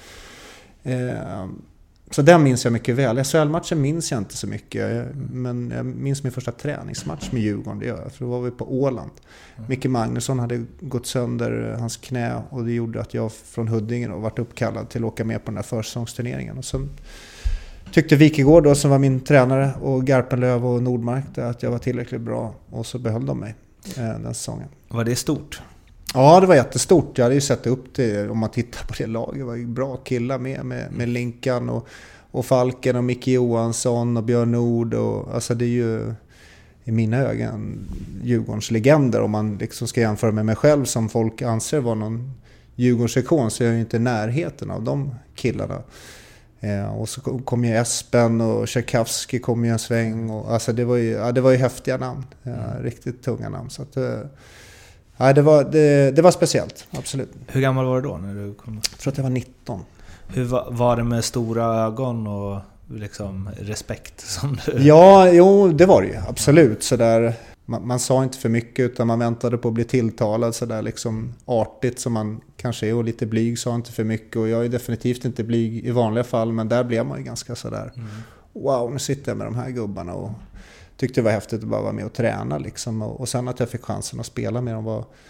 eh, så den minns jag mycket väl. S H L-matchen minns jag inte så mycket. Men jag minns min första träningsmatch med Djurgården, det gör jag. För då var vi på Åland. Mm. Micke Magnusson hade gått sönder hans knä, och det gjorde att jag från Huddinge och varit uppkallad till att åka med på den här försäsongsturneringen. Och sen tyckte Wikegård då, som var min tränare, och Garpenlöv och Nordmark, att jag var tillräckligt bra, och så behöll de mig eh, den säsongen. Var det stort? Ja, det var jättestort. Jag hade ju sett upp det, om man tittar på det laget. Det var ju bra killar med, med, med Linkan och, och Falken och Micke Johansson och Björn Nord. Och, alltså det är ju i mina ögon Djurgårdens legender. Om man liksom ska jämföra med mig själv, som folk anser var någon Djurgårdsekon, så är jag ju inte i närheten av de killarna. Eh, och så kom ju Espen och Tchaikovsky kom ju en sväng. Och, alltså det var ju, ja, det var ju häftiga namn. Ja, mm. Riktigt tunga namn. Så att... Eh, Ja, det var, det, det var speciellt, absolut. Hur gammal var du då när du kom? Jag tror att jag var nitton. Hur var, var det med stora ögon och liksom respekt? Som du... Ja, jo, det var det ju, absolut. Så där, man, man sa inte för mycket, utan man väntade på att bli tilltalad så där liksom artigt som man kanske är, och lite blyg, sa inte för mycket. Och jag är definitivt inte blyg i vanliga fall, men där blev man ju ganska sådär. Mm. Wow, nu sitter jag med de här gubbarna och tyckte det var häftigt att bara vara med och träna liksom. Och, och sen att jag fick chansen att spela med dem var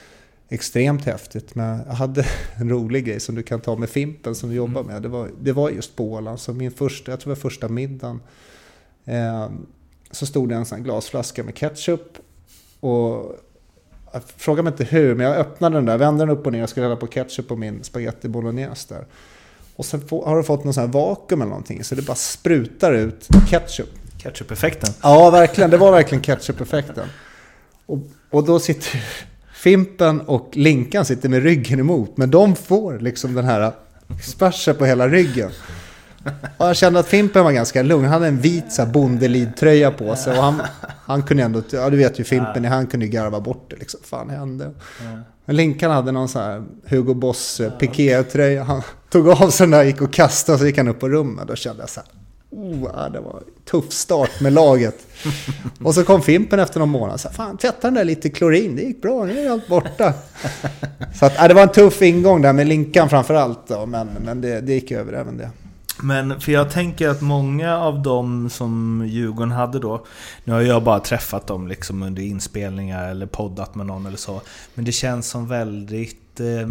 extremt häftigt. Men jag hade en rolig grej som du kan ta med Fimpen som du jobbar med. Det var, det var just på Åland. Så min första, jag tror det var första middagen. Eh, så stod det en sån glasflaska med ketchup. Och jag frågar mig inte hur, men jag öppnade den där, vände den upp och ner och skulle hälla på ketchup på min spaghetti bolognese där. Och sen få, har du fått någon sån här vakuum eller någonting, så det bara sprutar ut ketchup. Ketchup-effekten. Ja, verkligen. Det var verkligen ketchup-effekten. Och, och då sitter Fimpen och Linkan sitter med ryggen emot, men de får liksom den här spärsen på hela ryggen. Och jag kände att Fimpen var ganska lugn. Han hade en vit så här bondelidtröja på sig. Och han, han kunde ändå, ja du vet ju Fimpen, han kunde garva bort det liksom. Fan hände. Men Linkan hade någon så här Hugo Boss piké-tröja. Han tog av sig den där, gick och kastade och så gick han upp på rummet. Då kände jag så här, oh, det var en tuff start med laget. Och så kom Fimpen efter någon månad. Så här, fan, tvätta den där lite klorin. Det gick bra, nu är allt borta. Så att, ja, det var en tuff ingång där med Linkan framförallt. Då, men men det, det gick över även det. Men för jag tänker att många av dem som Djurgården hade då, nu har jag bara träffat dem liksom under inspelningar eller poddat med någon eller så, men det känns som väldigt eh,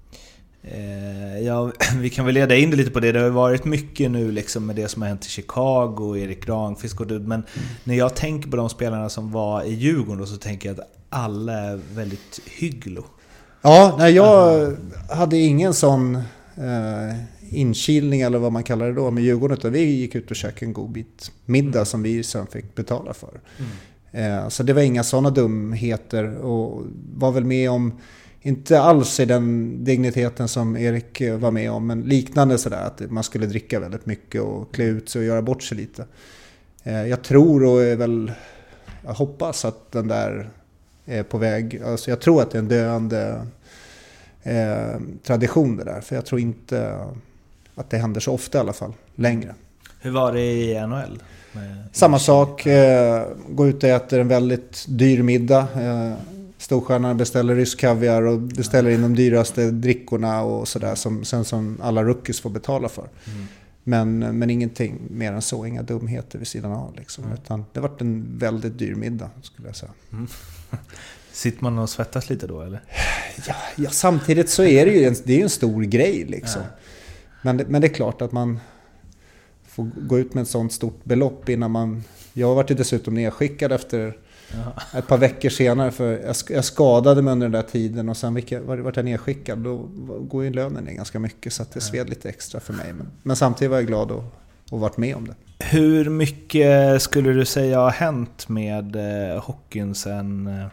eh, ja, vi kan väl leda in det lite på det. Det har varit mycket nu liksom med det som har hänt i Chicago, Erik Granqvist och men mm. när jag tänker på de spelarna som var i Djurgården då, så tänker jag att alla är väldigt hygglo. Ja, nej, jag uh-huh. hade ingen sån eh, inkilning eller vad man kallar det då med Djurgården, utan vi gick ut och käkade en god bit middag mm. som vi sen fick betala för. Mm. Eh, så det var inga sådana dumheter och var väl med om, inte alls i den digniteten som Erik var med om, men liknande sådär att man skulle dricka väldigt mycket och klä ut sig och göra bort sig lite. Eh, jag tror och är väl, jag hoppas att den där är på väg, alltså jag tror att det är en döende eh, tradition det där, för jag tror inte att det händer så ofta i alla fall, längre. Hur var det i N H L? Med Samma sak, eh, gå ut och äter en väldigt dyr middag. Eh, Storstjärnan beställer rysk kaviar och beställer in de dyraste drickorna och sådär, som, sen som alla rookies får betala för. Mm. Men, men ingenting mer än så, inga dumheter vid sidan av. Liksom, mm. utan det var en väldigt dyr middag, skulle jag säga. Mm. Sitter man och svettas lite då, eller? Ja, ja, samtidigt så är det ju en, det är ju en stor grej liksom. Ja. Men, det, men det är klart att man får gå ut med ett sånt stort belopp innan man... Jag har varit dessutom nedskickad efter ja. ett par veckor senare, för jag, jag skadade mig under den där tiden och sen var jag nedskickad. Då går ju lönen ner ganska mycket, så att det sved lite extra för mig. Men, men samtidigt var jag glad att ha varit med om det. Hur mycket skulle du säga har hänt med eh, hockeyn sen, eh,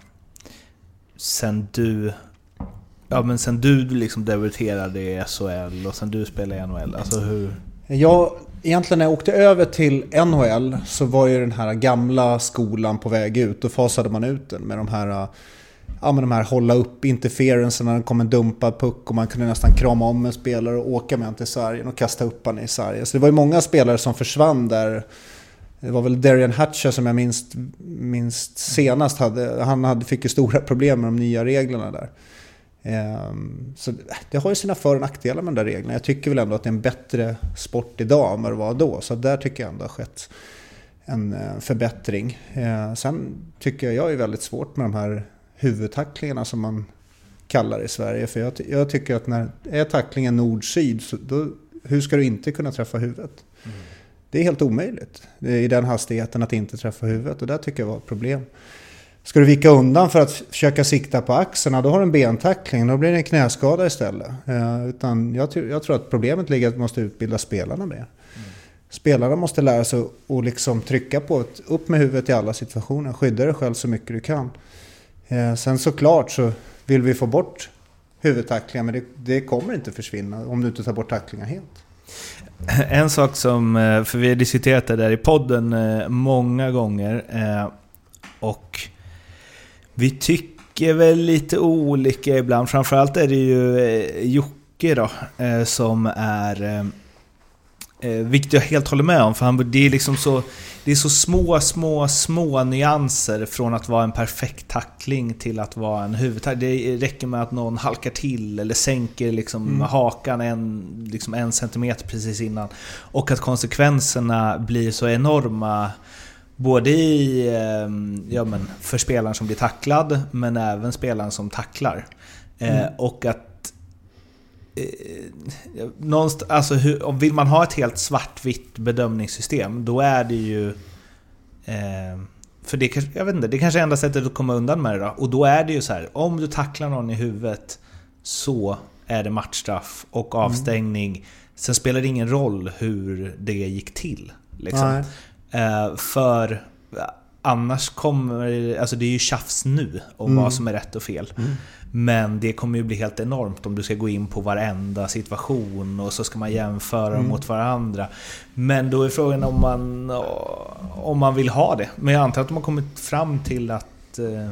sen du... Ja, men sen du liksom debuterade i S H L och sen du spelade i N H L, alltså hur... Jag, egentligen när jag åkte över till N H L så var ju den här gamla skolan på väg ut. Då fasade man ut den med de här, ja, med de här hålla upp interferensen när det kom en dumpad puck och man kunde nästan krama om en spelare och åka med han till sargen och kasta upp han i sargen. Så det var ju många spelare som försvann där. Det var väl Darian Hatcher som jag minst, minst senast hade. Han hade, fick ju stora problem med de nya reglerna där. Så det har ju sina för- och nackdelar med de där reglerna. Jag tycker väl ändå att det är en bättre sport idag än vad det var då. Så där tycker jag ändå har skett en förbättring. Sen tycker jag jag är väldigt svårt med de här huvudtacklingarna som man kallar i Sverige. För jag, jag tycker att när är tacklingen nord-syd, så då, hur ska du inte kunna träffa huvudet? Mm. Det är helt omöjligt i den hastigheten att inte träffa huvudet. Och där tycker jag var ett problem. Ska du vika undan för att försöka sikta på axlarna, då har du en bentackling, då blir det en knäskada istället. Eh, utan jag, jag tror att problemet ligger att man måste utbilda spelarna mer. Mm. Spelarna måste lära sig att liksom trycka på ett, upp med huvudet i alla situationer, skydda dig själv så mycket du kan. Eh, sen såklart så vill vi få bort huvudtacklingar, men det, det kommer inte försvinna om du inte tar bort tacklingar helt. En sak som, för vi har diskuterat det där i podden många gånger, och vi tycker väl lite olika ibland. Framförallt är det ju Jocke då, som är vilket jag helt håller med om, för han, det är liksom så, det är så små, små, små nyanser från att vara en perfekt tackling till att vara en huvudtackling. Det räcker med att någon halkar till eller sänker liksom mm. hakan en, liksom en centimeter precis innan, och att konsekvenserna blir så enorma, både i, ja, men för spelaren som blir tacklad, men även spelaren som tacklar. Eh, mm. Och att eh, någonstans, alltså hur, om vill man ha ett helt svartvitt bedömningssystem, då är det ju eh, för det kanske, jag vet inte, det kanske är enda sättet att komma undan med det då. Och då är det ju så här, om du tacklar någon i huvudet så är det matchstraff och avstängning. Mm. Sen spelar det ingen roll hur det gick till liksom. eh, för annars kommer, alltså det är ju tjafs nu om mm. vad som är rätt och fel. Mm. Men det kommer ju bli helt enormt om du ska gå in på varenda situation och så ska man jämföra dem mm. mot varandra. Men då är frågan om man om man vill ha det. Men jag antar att de har kommit fram till att eh,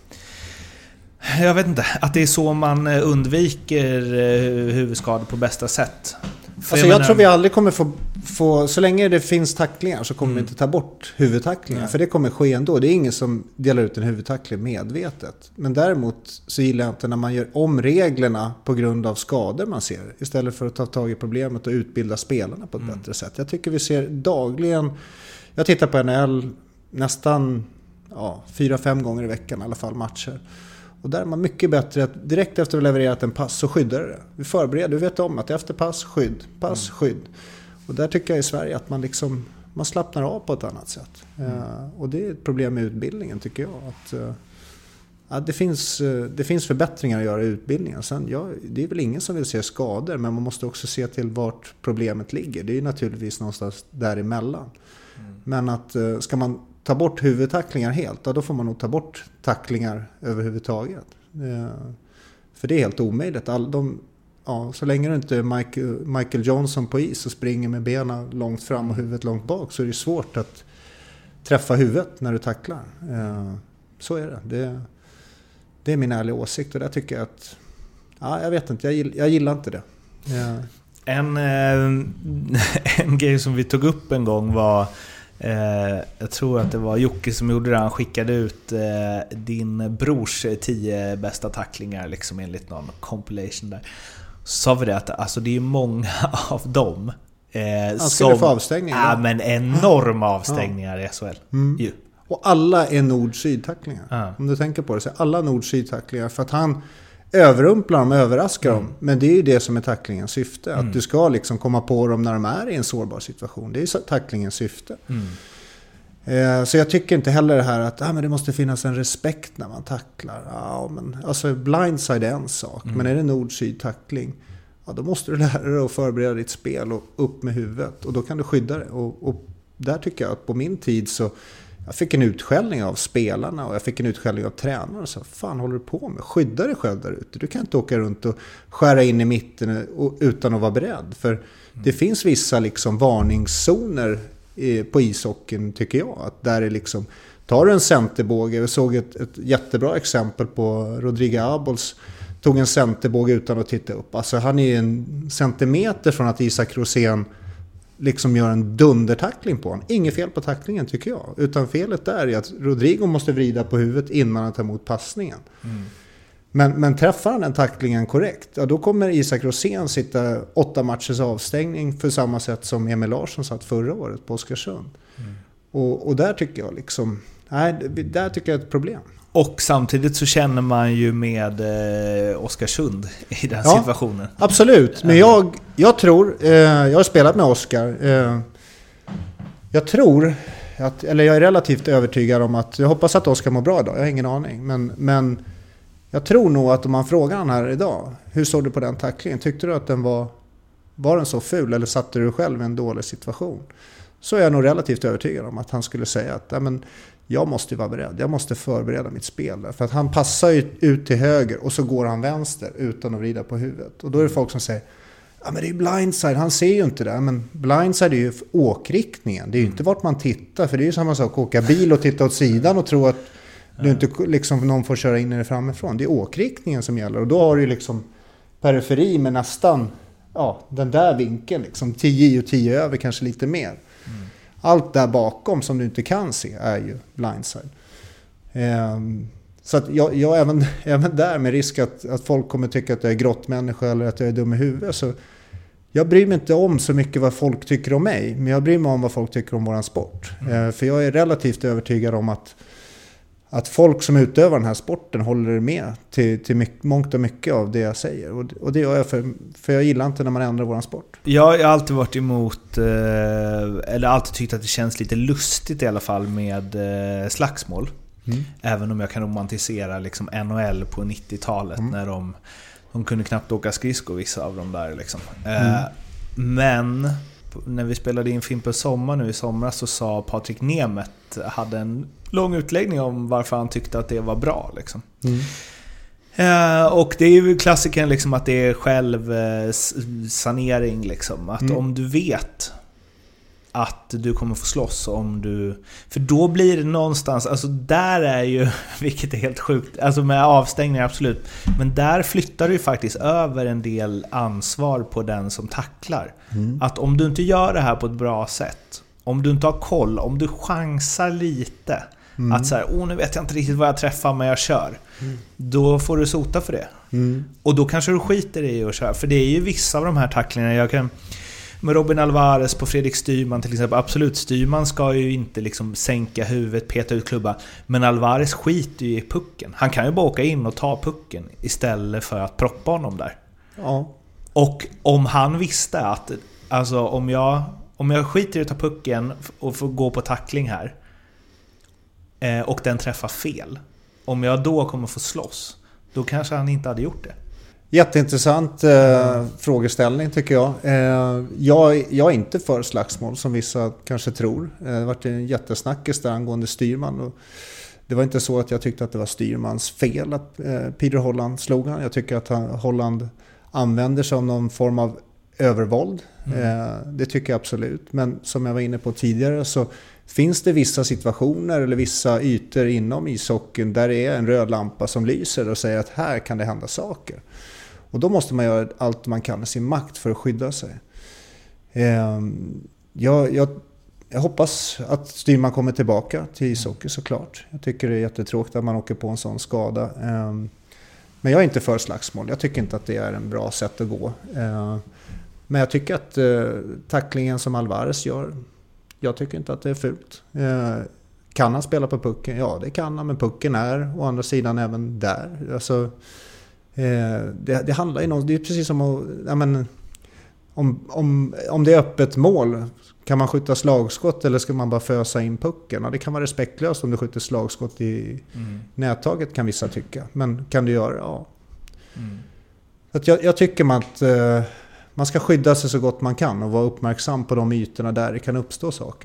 jag vet inte, att det är så man undviker eh, huvudskador på bästa sätt. Alltså jag, jag menar, tror vi aldrig kommer få, få, så länge det finns tacklingar så kommer mm. vi inte ta bort huvudtacklingar. Nej. För det kommer ske ändå. Det är ingen som delar ut en huvudtackling medvetet. Men däremot så gillar jag inte när man gör om reglerna på grund av skador man ser. Istället för att ta tag i problemet och utbilda spelarna på ett mm. bättre sätt. Jag tycker vi ser dagligen, jag tittar på N H L nästan ja, fyra, fem gånger i veckan i alla fall matcher. Och där är man mycket bättre att direkt efter att ha levererat en pass så skyddar det. Vi förbereder, du vet om att efter pass, skydd, pass, mm. skydd. Och där tycker jag i Sverige att man liksom man slappnar av på ett annat sätt. Mm. Uh, och det är ett problem med utbildningen tycker jag. Att, uh, att det, finns, uh, det finns förbättringar att göra i utbildningen. Sen, ja, det är väl ingen som vill se skador, men man måste också se till vart problemet ligger. Det är ju naturligtvis någonstans däremellan. Mm. Men att uh, ska man ta bort huvudtacklingar helt, ja, då får man nog ta bort tacklingar överhuvudtaget. Ja, för det är helt omöjligt. All, de, ja, så länge det inte är Michael, Michael Johnson på is och springer med benen långt fram och huvudet långt bak så är det svårt att träffa huvudet när du tacklar. Ja, så är det. det. Det är min ärliga åsikt och där tycker jag att ja, jag vet inte, jag gillar, jag gillar inte det. Ja. En, en grej som vi tog upp en gång var Eh, jag tror att det var Jocke som gjorde det. Han skickade ut eh, din brors tio bästa tacklingar liksom enligt någon compilation där. Så sa vi det att alltså, det är många av dem eh, Han skulle få avstängningar. Ja, men enorma avstängningar ja. i S H L. Mm. Ju. Och alla är nord-syd-tacklingar. Ja. Om du tänker på det så är alla nord-syd-tacklingar för att han överrumplar dem, överraskar mm. dem. Men det är ju det som är tacklingens syfte. Mm. Att du ska liksom komma på dem när de är i en sårbar situation. Det är tacklingens syfte. Mm. Eh, så jag tycker inte heller det här att ah, men det måste finnas en respekt när man tacklar. Ja, men, alltså blindside är en sak. Mm. Men är det nord-syd-tackling, ja, då måste du lära dig att förbereda ditt spel och upp med huvudet. Och då kan du skydda det. Och, och där tycker jag att på min tid så jag fick en utskällning av spelarna och jag fick en utskällning av tränare. Så fan håller du på med? Skydda dig själv där ute. Du kan inte åka runt och skära in i mitten och, utan att vara beredd. För mm. det finns vissa liksom varningszoner i, på ishockeyn tycker jag. Att där är liksom, tar du en centerbåge. Jag såg ett, ett jättebra exempel på Rodrigo Abols. Tog en centerbåge utan att titta upp. Alltså han är en centimeter från att Isak Rosén liksom gör en dundertackling på honom. Inget fel på tacklingen tycker jag. Utan felet där är att Rodrigo måste vrida på huvudet innan han tar emot passningen. Mm. Men, men träffar han den tacklingen korrekt, ja, då kommer Isak Rosén sitta åtta matchers avstängning för samma sätt som Emil Larsson satt förra året på Oskarsund. Mm. Och, och där tycker jag liksom, nej, där tycker jag är ett problem. Och samtidigt så känner man ju med eh, Oskarsund i den ja, situationen. Absolut, men jag, jag tror, eh, jag har spelat med Oskar. Eh, jag tror, att, eller jag är relativt övertygad om att, jag hoppas att Oskar mår bra idag, jag har ingen aning. Men, men jag tror nog att om man frågar han här idag, hur såg du på den tacklingen? Tyckte du att den var, var den så ful eller satte du själv i en dålig situation? Så är jag nog relativt övertygad om att han skulle säga att ja, men, jag måste vara beredd, jag måste förbereda mitt spel där. För att han passar ju ut till höger och så går han vänster utan att vrida på huvudet. Och då är det folk som säger, ja men det är blindside, han ser ju inte det. Men blindside är ju åkriktningen, det är ju inte vart man tittar. För det är ju samma sak att åka bil och titta åt sidan och tro att du inte, liksom, någon får köra in eller framifrån. Det är åkriktningen som gäller och då har du ju liksom periferi med nästan ja, den där vinkeln, liksom tio och tio över, kanske lite mer. Mm. Allt där bakom som du inte kan se är ju blindside. Um, så att jag, jag även, även där med risk att, att folk kommer tycka att jag är grottmänniska eller att jag är dum i huvudet, så jag bryr mig inte om så mycket vad folk tycker om mig, men jag bryr mig om vad folk tycker om våran sport. Mm. Uh, för jag är relativt övertygad om att att folk som utövar den här sporten håller med till, till mycket, mångt och mycket av det jag säger. Och, och det gör jag för, för jag gillar inte när man ändrar våran sport. Jag har alltid varit emot, eller alltid tyckt att det känns lite lustigt i alla fall med slagsmål. Mm. Även om jag kan romantisera liksom N H L på nittiotalet mm. när de, de kunde knappt åka skridskor, vissa av dem där liksom. Mm. Men när vi spelade in Fimpens Sommar nu i somras så sa Patrik Nemeth, hade en lång utläggning om varför han tyckte att det var bra liksom. Mm. Uh, och det är ju klassiken liksom att det är självsanering liksom. Att mm. om du vet att du kommer få slåss om du... För då blir det någonstans... Alltså där är ju... Vilket är helt sjukt. Alltså med avstängning absolut. Men där flyttar du ju faktiskt över en del ansvar på den som tacklar. Mm. Att om du inte gör det här på ett bra sätt. Om du inte har koll. Om du chansar lite. Mm. Att så här, åh nu vet jag inte riktigt vad jag träffar men jag kör. Mm. Då får du sota för det. Mm. Och då kanske du skiter i att köra. För det är ju vissa av de här tacklingarna jag kan... Med Robin Alvarez på Fredrik Styrman till exempel. Absolut, Styrman ska ju inte liksom sänka huvudet, peta ut klubba. Men Alvarez skiter ju i pucken. Han kan ju bara åka in och ta pucken istället för att proppa honom där. Ja. Och om han visste att alltså, om, jag, om jag skiter i att ta pucken och får gå på tackling här eh, och den träffar fel. Om jag då kommer få slåss, då kanske han inte hade gjort det. Jätteintressant eh, frågeställning tycker jag. Eh, jag. Jag är inte för slagsmål som vissa kanske tror. Eh, det har varit en jättesnackis där angående Styrman. Och det var inte så att jag tyckte att det var Styrmans fel att eh, Peter Holland slog han. Jag tycker att han, Holland använder sig av någon form av övervåld. Mm. Eh, det tycker jag absolut. Men som jag var inne på tidigare så finns det vissa situationer eller vissa ytor inom ishockeyn där det är en röd lampa som lyser och säger att här kan det hända saker. Och då måste man göra allt man kan i sin makt för att skydda sig. Eh, jag, jag, jag hoppas att Styrman kommer tillbaka till ishockey såklart. Jag tycker det är jättetråkigt att man åker på en sån skada. Eh, men jag är inte för slagsmål. Jag tycker inte att det är en bra sätt att gå. Eh, men jag tycker att eh, tacklingen som Alvarez gör, jag tycker inte att det är fult. Eh, kan han spela på pucken? Ja, det kan han. Men pucken är å andra sidan även där. Alltså... Eh, det, det handlar ju om, det är precis som att, ja, men, om, om, om det är öppet mål, kan man skjuta slagskott eller ska man bara fösa in pucken? Ja, det kan vara respektlöst om du skjuter slagskott i mm. nättaget, kan vissa tycka. Men kan du göra? Ja. Mm. Så att jag, jag tycker man att eh, man ska skydda sig så gott man kan och vara uppmärksam på de ytorna där det kan uppstå saker.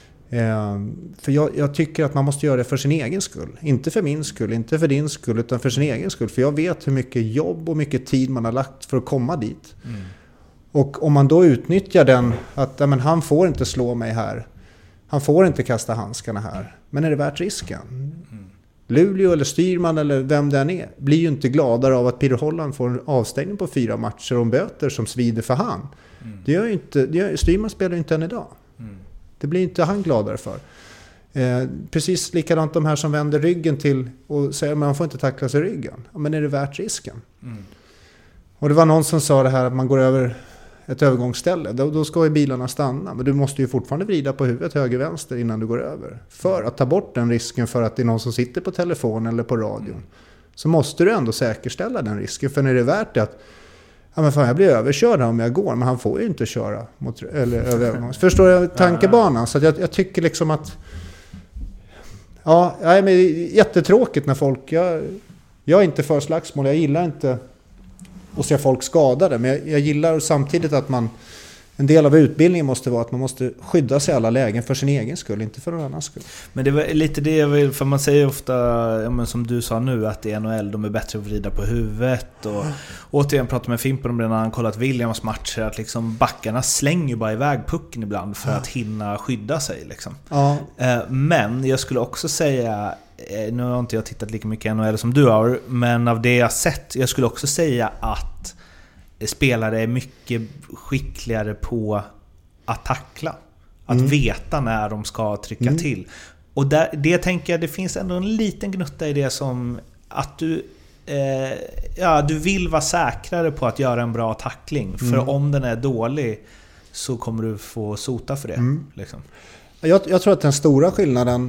För jag, jag tycker att man måste göra det för sin egen skull. Inte för min skull, inte för din skull, utan för sin egen skull. För jag vet hur mycket jobb och mycket tid man har lagt för att komma dit. Mm. Och om man då utnyttjar den, att ja, men han får inte slå mig här. Han får inte kasta handskarna här. Men är det värt risken? Mm. Luleå eller Styrman eller vem den är blir ju inte gladare av att Peter Holland får en avstängning på fyra matcher och böter som svider för han. Mm. Det gör ju inte, det gör, Styrman spelar ju inte än idag. Mm. Det blir inte han gladare för. Eh, precis likadant de här som vänder ryggen till och säger att man får inte tackla sig i ryggen. Ja, men är det värt risken? Mm. Och det var någon som sa det här att man går över ett övergångsställe. Då, då ska ju bilarna stanna. Men du måste ju fortfarande vrida på huvudet höger-vänster innan du går över. För att ta bort den risken för att det är någon som sitter på telefon eller på radion. Mm. Så måste du ändå säkerställa den risken. För när det är värt det att ja, men fan, jag blir överkörd om jag går, men han får ju inte köra mot, eller över övergångs. Förstår jag tankebanan? Så att jag, jag tycker liksom att ja, men det är jättetråkigt när folk jag, jag är inte för slagsmål, jag gillar inte att se folk skadade, men jag, jag gillar samtidigt att man en del av utbildningen måste vara att man måste skydda sig i alla lägen för sin egen skull, inte för någon annans skull. Men det var lite det jag vill, för man säger ofta, ja, men som du sa nu, att i N H L de är bättre att vrida på huvudet. Och återigen pratar med Fimpen om det när han kollat Williams matcher, att liksom backarna slänger bara iväg pucken ibland för ja. att hinna skydda sig. Liksom. Ja. Men jag skulle också säga, nu har inte jag tittat lika mycket N H L som du har, men av det jag sett, jag skulle också säga att spelare är mycket skickligare på att tackla. Att mm. veta när de ska trycka mm. till. Och där, det tänker jag, det finns ändå en liten gnutta i det som att du, eh, ja, du vill vara säkrare på att göra en bra tackling. Mm. För om den är dålig så kommer du få sota för det. Mm. Liksom. Jag, jag tror att den stora skillnaden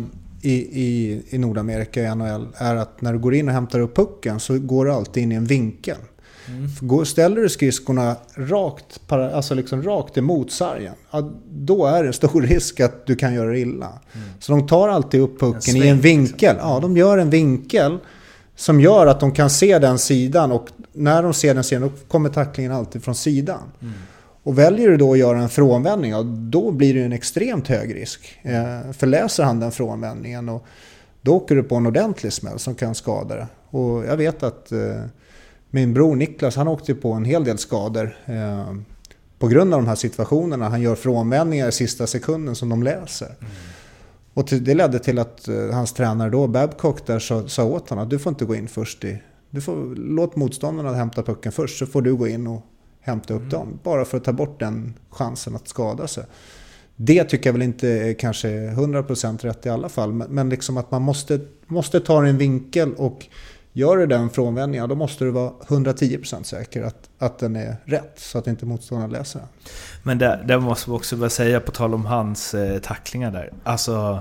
i, i, i Nordamerika i N H L är att när du går in och hämtar upp pucken så går du alltid in i en vinkel. Mm. Ställer du skridskorna rakt, alltså liksom rakt emot sargen, då är det en stor risk att du kan göra illa. Mm. Så de tar alltid upp pucken en i en vinkel. Ja, de gör en vinkel som gör att de kan se den sidan, och när de ser den sidan då kommer tacklingen alltid från sidan. Mm. Och väljer du då att göra en frånvändning, ja, då blir det en extremt hög risk. Eh, för läser han den frånvändningen, och då åker du på en ordentlig smäll som kan skada det. Och jag vet att eh, min bror Niklas, han åkte på en hel del skador eh, på grund av de här situationerna. Han gör frånvändningar i sista sekunden som de läser. Mm. Och till, det ledde till att eh, hans tränare då, Babcock, där sa, sa åt honom att du får inte gå in först i... Du får, låt motståndarna hämta pucken först, så får du gå in och hämta upp mm. dem. Bara för att ta bort den chansen att skada sig. Det tycker jag väl inte är kanske hundra procent rätt i alla fall. Men, men liksom att man måste, måste ta en vinkel, och gör du den frånvändningen, då måste du vara hundratio procent säker att, att den är rätt, så att inte motståndaren läser den. Men det, det måste vi också bara säga på tal om hans eh, tacklingar där. Alltså,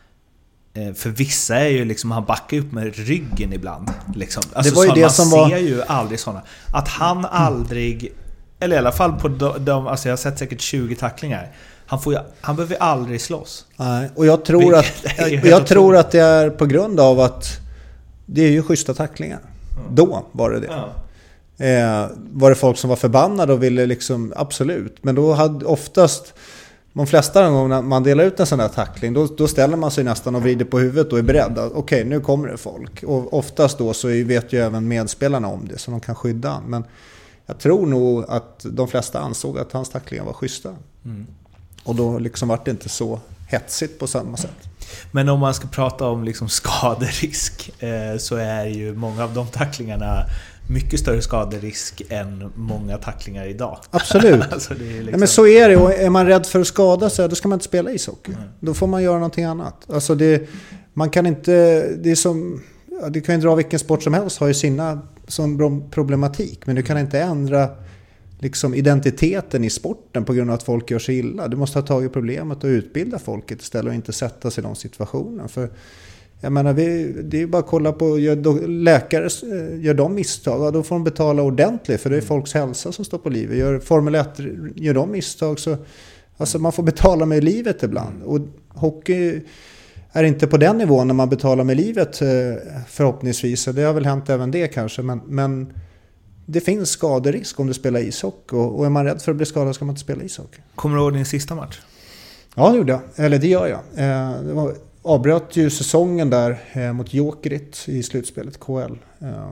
eh, för vissa är ju liksom, han backar upp med ryggen ibland. Liksom. Alltså, det var ju så, det man som ser var... ju aldrig sådana. Att han aldrig, eller i alla fall på de, de alltså jag har sett säkert tjugo tacklingar. Han, får ju, han behöver aldrig slåss. Nej, och jag tror, att, jag, jag tror att det är på grund av att det är ju schyssta tacklingar. Mm. Då var det det. Ja. Eh, var det folk som var förbannade och ville liksom, absolut. Men då hade oftast, de flesta gånger när man delar ut en sån här tackling, då, då ställer man sig nästan och vrider på huvudet och är beredd. Okej, okay, nu kommer det folk. Och oftast då så vet ju även medspelarna om det, så de kan skydda. Men jag tror nog att de flesta ansåg att hans tacklingar var schyssta. Mm. Och då liksom var det inte så hetsigt på samma sätt. Men om man ska prata om liksom skaderisk, eh, så är ju många av de tacklingarna mycket större skaderisk än många tacklingar idag. Absolut. Alltså det är liksom... ja, men så är det, och är man rädd för att skada sig, då ska man inte spela ishockey. Mm. Då får man göra någonting annat. Alltså det, man kan inte, det är som, ja, du kan ju dra vilken sport som helst, har ju sina som problematik, men du kan inte ändra liksom identiteten i sporten på grund av att folk gör sig illa. Du måste ha tagit problemet och utbilda folket istället, och inte sätta sig i de situationen. För jag menar, vi, det är ju bara att kolla på, gör då, läkare gör de misstag, då får de betala ordentligt, för det är folks hälsa som står på livet. Gör Formel ett, gör de misstag, så alltså man får betala med livet ibland. Och hockey är inte på den nivån när man betalar med livet, förhoppningsvis. Det har väl hänt även det kanske, men, men det finns skaderisk om du spelar ishockey, och, och är man rädd för att bli skadad ska man inte spela ishockey. Kommer du ihåg din sista match? Ja, det gjorde jag. Eller det gör jag. Eh, det var, avbröt ju säsongen där eh, mot Jokerit i slutspelet K L. Eh,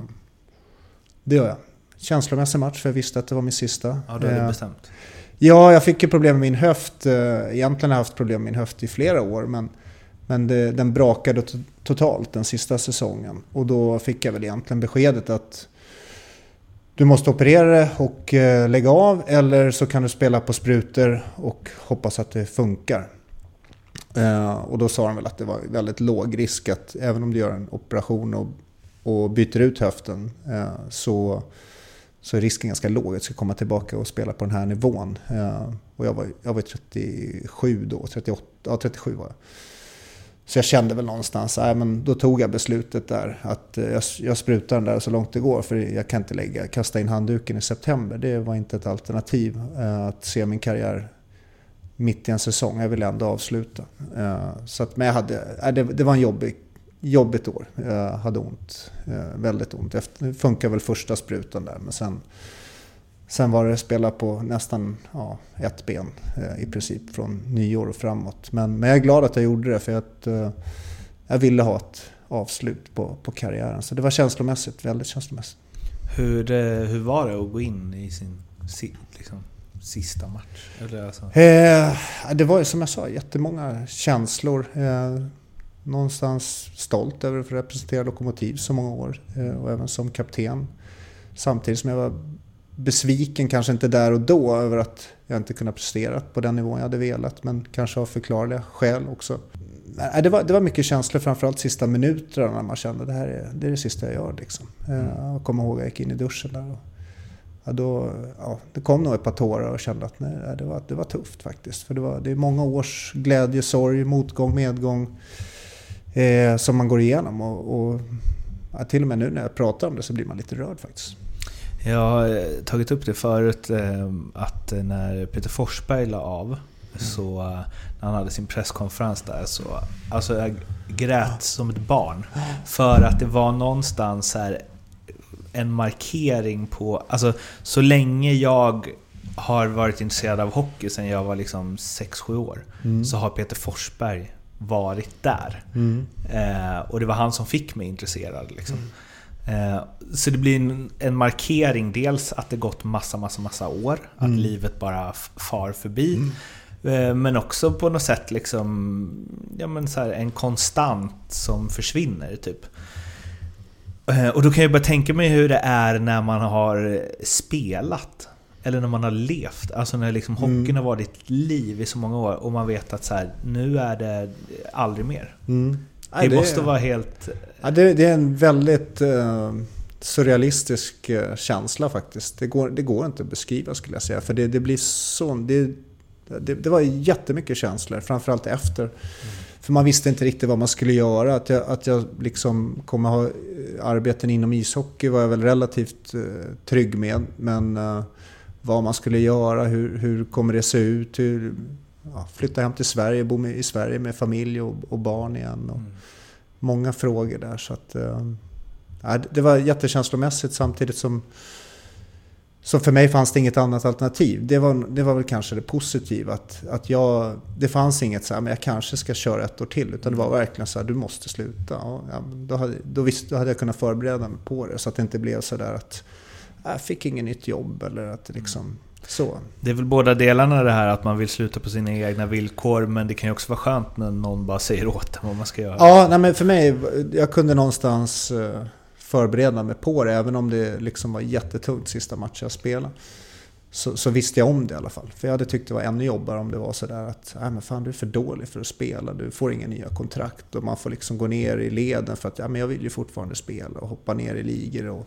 det gör jag. Känslomässig match, för jag visste att det var min sista. Ja, du hade eh, bestämt. Ja, jag fick ju problem med min höft. Eh, egentligen har jag haft problem med min höft i flera år, men, men det, den brakade t- totalt den sista säsongen. Och då fick jag väl egentligen beskedet att du måste operera det och eh, lägga av, eller så kan du spela på sprutor och hoppas att det funkar. Eh, och då sa de väl att det var väldigt låg risk att även om du gör en operation och, och byter ut höften, eh, så, så är risken ganska låg att du ska komma tillbaka och spela på den här nivån. Eh, och jag var, jag var trettiosju då, trettioåtta, ja, trettiosju var jag. Så jag kände väl någonstans, nej, men då tog jag beslutet där att jag, jag sprutar den där så långt det går, för jag kan inte lägga, kasta in handduken i september. Det var inte ett alternativ eh, att se min karriär mitt i en säsong. Jag ville ändå avsluta. Eh, så att, men jag hade, eh, det, det var en jobbig, jobbigt år. Jag hade ont, eh, väldigt ont. Det funkar väl första sprutan där, men sen, sen var det spela på nästan ja, ett ben eh, i princip från nyår och framåt. Men, men jag är glad att jag gjorde det, för att eh, jag ville ha ett avslut på, på karriären. Så det var känslomässigt, väldigt känslomässigt. Hur, hur var det att gå in i sin liksom, sista match? Eller alltså? eh, det var ju som jag sa, jättemånga känslor. Eh, någonstans stolt över att få representera Lokomotiv så många år, eh, och även som kapten. Samtidigt som jag var besviken, kanske inte där och då, över att jag inte kunde prestera på den nivån jag hade velat, men kanske av förklarliga skäl också. Det var, det var mycket känslor, framförallt sista minuterna när man kände det här är det, är det sista jag gör. Liksom. Jag kommer ihåg att jag gick in i duschen där och ja, då, ja, det kom nog ett par tårar och kände att nej, det, var, det var tufft faktiskt. För det, var, det är många års glädje, sorg, motgång, medgång. eh, som man går igenom. Och, och ja, till och med nu när jag pratar om det så blir man lite rörd faktiskt. Jag har tagit upp det förut att när Peter Forsberg la av, mm. så när han hade sin presskonferens där, så alltså jag grät som ett barn, för att det var någonstans här en markering på, alltså så länge jag har varit intresserad av hockey sedan jag var liksom sex sju år, mm. så har Peter Forsberg varit där. Mm. Eh, och det var han som fick mig intresserad liksom. Mm. Eh, så det blir en, en markering, dels att det gått massa massa massa år, att mm. livet bara f- far förbi, mm. eh, men också på något sätt liksom, ja, men så här, en konstant som försvinner typ. Eh, och då kan jag bara tänka mig hur det är när man har spelat eller när man har levt, alltså när liksom hockeyn mm. har varit ditt liv i så många år och man vet att så här, nu är det aldrig mer. Mm. Det, det måste vara helt... Ja, det, det är en väldigt uh, surrealistisk uh, känsla faktiskt. Det går, det går inte att beskriva, skulle jag säga. För det, det blir så... Det, det, det var jättemycket känslor, framförallt efter. Mm. För man visste inte riktigt vad man skulle göra. Att jag, att jag liksom kommer ha arbeten inom ishockey var jag väl relativt uh, trygg med. Men uh, vad man skulle göra, hur, hur kommer det se ut, hur... Ja, flytta hem till Sverige, bo med, i Sverige med familj och, och barn igen. Och mm. många frågor där. Så att, äh, det var jättekänslomässigt, samtidigt som, som för mig fanns det inget annat alternativ. Det var, det var väl kanske det positiva. Att, att jag, det fanns inget så här, men jag kanske ska köra ett år till. Utan det var verkligen så här, du måste sluta. Och, ja, då, hade, då, visst, då hade jag kunnat förbereda mig på det. Så att det inte blev så där att jag fick ingen nytt jobb. Eller att det liksom... Så. Det är väl båda delarna det här, att man vill sluta på sina egna villkor, men det kan ju också vara skönt när någon bara säger åt vad man ska göra. Ja, nej, men för mig, jag kunde någonstans förbereda mig på det, även om det liksom var jättetungt sista matchen jag spelade. Så, så visste jag om det i alla fall. För jag hade tyckt det var ännu jobbigare om det var så där att nej, men fan, du är för dålig för att spela, du får inga nya kontrakt och man får liksom gå ner i leden för att ja, men jag vill ju fortfarande spela och hoppa ner i ligor och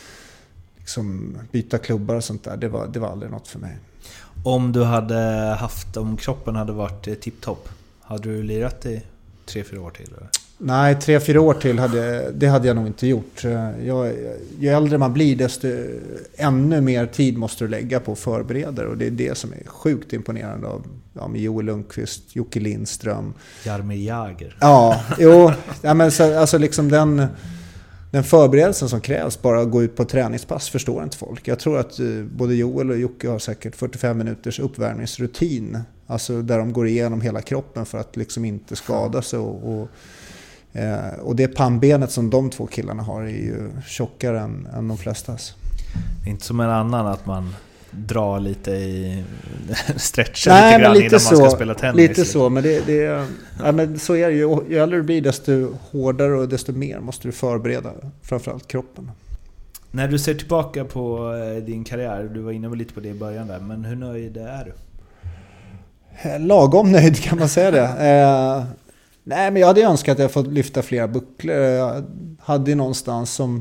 liksom byta klubbar och sånt där. Det var, det var aldrig något för mig. Om du hade haft, om kroppen hade varit tipptopp, hade du lirat i tre, fyra år till? Eller? Nej, tre, fyra år till hade, det hade jag nog inte gjort. Jag, ju äldre man blir, desto ännu mer tid måste du lägga på förberedare. Och det är det som är sjukt imponerande av ja, med Joel Lundqvist, Jocke Lindström. Jaromir Jagr. Ja, jo, ja, men så, alltså liksom den... Den förberedelsen som krävs bara att gå ut på träningspass förstår inte folk. Jag tror att både Joel och Jocke har säkert fyrtiofem minuters uppvärmningsrutin. Alltså där de går igenom hela kroppen för att liksom inte skada sig. Och, och, eh, och det pannbenet som de två killarna har är ju tjockare än, än de flestas. Det är inte som en annan att man drar lite i stretchen lite grann lite innan så, man ska spela tennis. Lite liksom. Så, men, det, det, ja, men så är det ju. Ju äldre du blir, desto hårdare och desto mer måste du förbereda, framförallt kroppen. När du ser tillbaka på din karriär, du var inne lite på det i början där, men hur nöjd är du? Lagom nöjd kan man säga det. Eh, nej, men jag hade önskat att jag fått lyfta flera bucklor. Jag hade någonstans som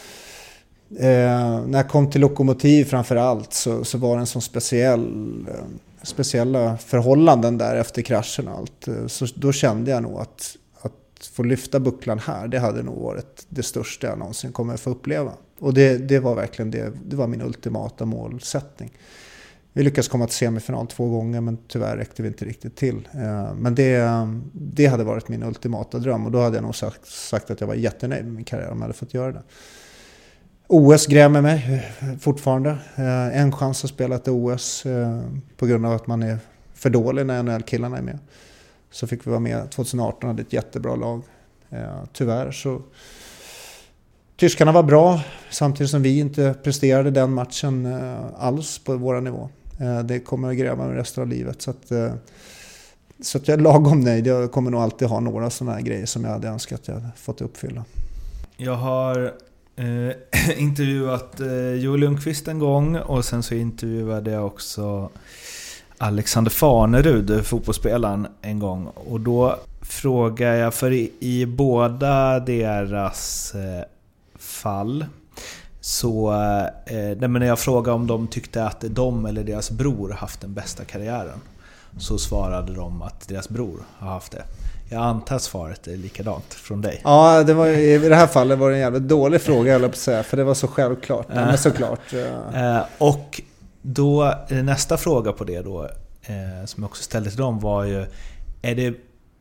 Eh, när jag kom till Lokomotiv framförallt så, så var det en sån speciell eh, speciella förhållanden där efter kraschen och allt. Så då kände jag nog att, att få lyfta bucklan här, det hade nog varit det största jag någonsin kommer att få uppleva. Och det, det var verkligen det, det var min ultimata målsättning. Vi lyckades komma till semifinal två gånger, men tyvärr räckte vi inte riktigt till. Eh, men det, det hade varit min ultimata dröm, och då hade jag nog sagt, sagt att jag var jättenöjd med min karriär om jag hade fått göra det. O S grämer mig fortfarande. En chans att spela ett O S på grund av att man är för dålig när N H L-killarna är med. Så fick vi vara med. tjugo arton hade ett jättebra lag. Tyvärr så... Tyskarna var bra, samtidigt som vi inte presterade den matchen alls på våra nivå. Det kommer att gräva med resten av livet. Så att, så att jag är lagom nöjd. Jag kommer nog alltid ha några sådana här grejer som jag hade önskat att jag hade fått uppfylla. Jag har... Uh, intervjuat uh, Joel Lundqvist en gång, och sen så intervjuade jag också Alexander Farnerud, fotbollsspelaren, en gång. Och då frågade jag, för i, i båda deras uh, fall så uh, när jag frågade om de tyckte att de eller deras bror haft den bästa karriären, så svarade de att deras bror har haft det. Jag antar att svaret är likadant från dig. Ja, det var, i det här fallet var det en jävligt dålig fråga, jag höll på att säga, för det var så självklart. Ja, men såklart. Ja. Och då, nästa fråga på det då, eh, som jag också ställde till dem var ju, är det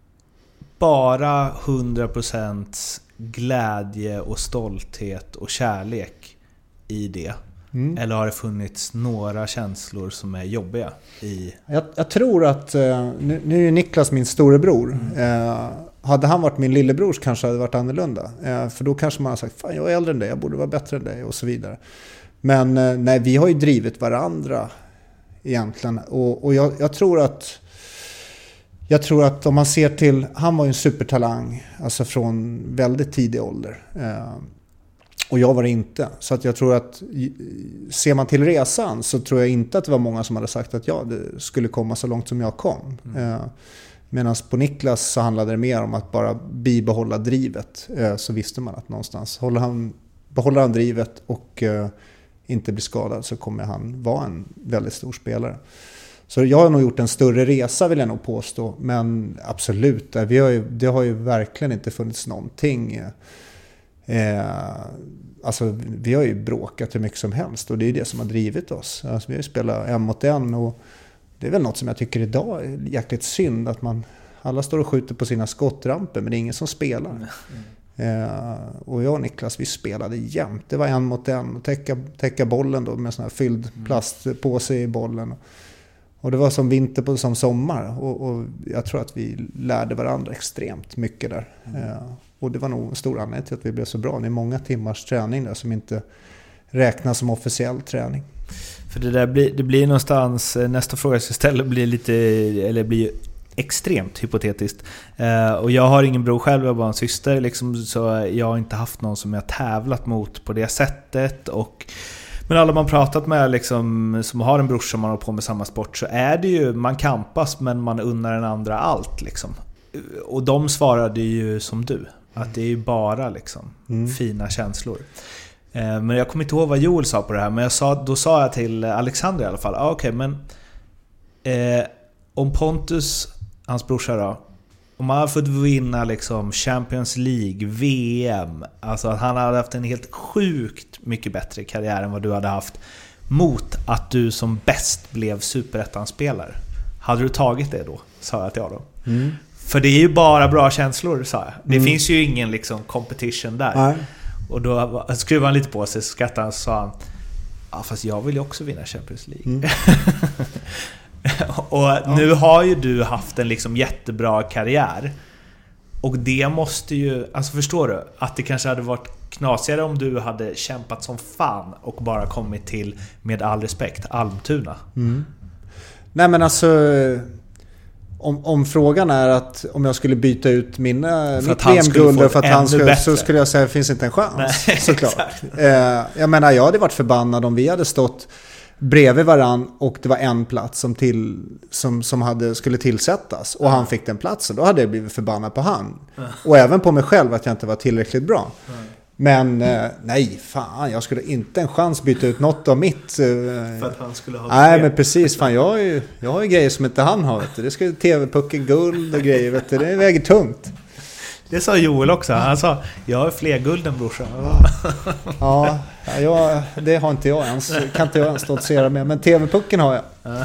bara hundra procent glädje och stolthet och kärlek i det? Mm. Eller har det funnits några känslor som är jobbiga i... Jag, jag tror att, nu, nu är Niklas min storebror. Mm. Eh, hade han varit min lillebror så kanske det hade varit annorlunda. Eh, för då kanske man har sagt, fan jag är äldre än dig, jag borde vara bättre än dig och så vidare. Men eh, nej, vi har ju drivit varandra egentligen. Och, och jag, jag tror att jag tror att om man ser till, han var ju en supertalang, alltså från väldigt tidig ålder. Eh, och jag var det inte. Så att jag tror att, ser man till resan så tror jag inte att det var många som hade sagt att ja, det skulle komma så långt som jag kom. Mm. Eh, Medan på Niklas så handlade det mer om att bara bibehålla drivet. Eh, så visste man att någonstans håller han, behåller han drivet och eh, inte blir skadad så kommer han vara en väldigt stor spelare. Så jag har nog gjort en större resa vill jag nog påstå. Men absolut, vi har ju, det har ju verkligen inte funnits någonting. Eh, alltså vi har ju bråkat hur mycket som helst och det är det som har drivit oss. Alltså, vi har ju spelat en mot en och det är väl något som jag tycker idag är jäkligt synd att man, alla står och skjuter på sina skottramper men det är ingen som spelar. Mm. Eh, och jag och Niklas, vi spelade jämt. Det var en mot en och täcka, täcka bollen då med sån här fylld plastpåse i bollen. Och det var som vinter på som sommar och, och jag tror att vi lärde varandra extremt mycket där. Mm. Eh, och det var nog en stor anledning till att vi blev så bra. Det är många timmars träning där som inte räknas som officiell träning. För det där blir, det blir någonstans, nästa fråga jag ska ställa blir lite, eller blir extremt hypotetiskt. Eh, och jag har ingen bror själv, jag har bara en syster liksom, så jag har inte haft någon som jag tävlat mot på det sättet. Och men alla man pratat med liksom, som har en bror som man har på med samma sport, så är det ju, man kampas men man unnar den andra allt liksom. Och de svarade ju som du, att det är ju bara liksom mm. fina känslor. eh, Men jag kommer inte ihåg vad Joel sa på det här, men jag sa, då sa jag till Alexander i alla fall, ah, okej okay, men eh, om Pontus, hans brorsa då, om man hade fått vinna liksom Champions League, V M, alltså att han hade haft en helt sjukt mycket bättre karriär än vad du hade haft, mot att du som bäst blev superettan-spelare, hade du tagit det då? Sa jag till honom. Mm. För det är ju bara bra känslor, sa jag. Det mm. finns ju ingen liksom competition där. Nej. Och då skruvade han lite på sig, skrattade han och sa han, ja fast jag vill ju också vinna Champions League. Mm. Och ja. Nu har ju du haft en liksom jättebra karriär. Och det måste ju, alltså förstår du, att det kanske hade varit knasigare om du hade kämpat som fan och bara kommit till, med all respekt, Almtuna. Mm. Nej men alltså, om, om frågan är att om jag skulle byta ut mina, mitt V M-guld för att han skulle, så skulle jag säga att det finns inte en chans. Nej, såklart. eh, jag menar, jag hade varit förbannad om vi hade stått bredvid varann och det var en plats som, till, som, som hade, skulle tillsättas och han fick den platsen, då hade jag blivit förbannad på han. Och även på mig själv att jag inte var tillräckligt bra. Men eh, nej, fan, jag skulle inte en chans byta ut något av mitt. Eh, för att han skulle ha nej, men precis, fan, jag har ju, jag har ju grejer som inte han har, vet du. Det ska T V-pucken, guld och grejer, vet du. Det väger tungt. Det sa Joel också. Han sa, jag har fler guld än brorsan. Ja, ja jag, det har inte jag ens. Kan inte jag ens stoltsera med. Men T V-pucken har jag. uh,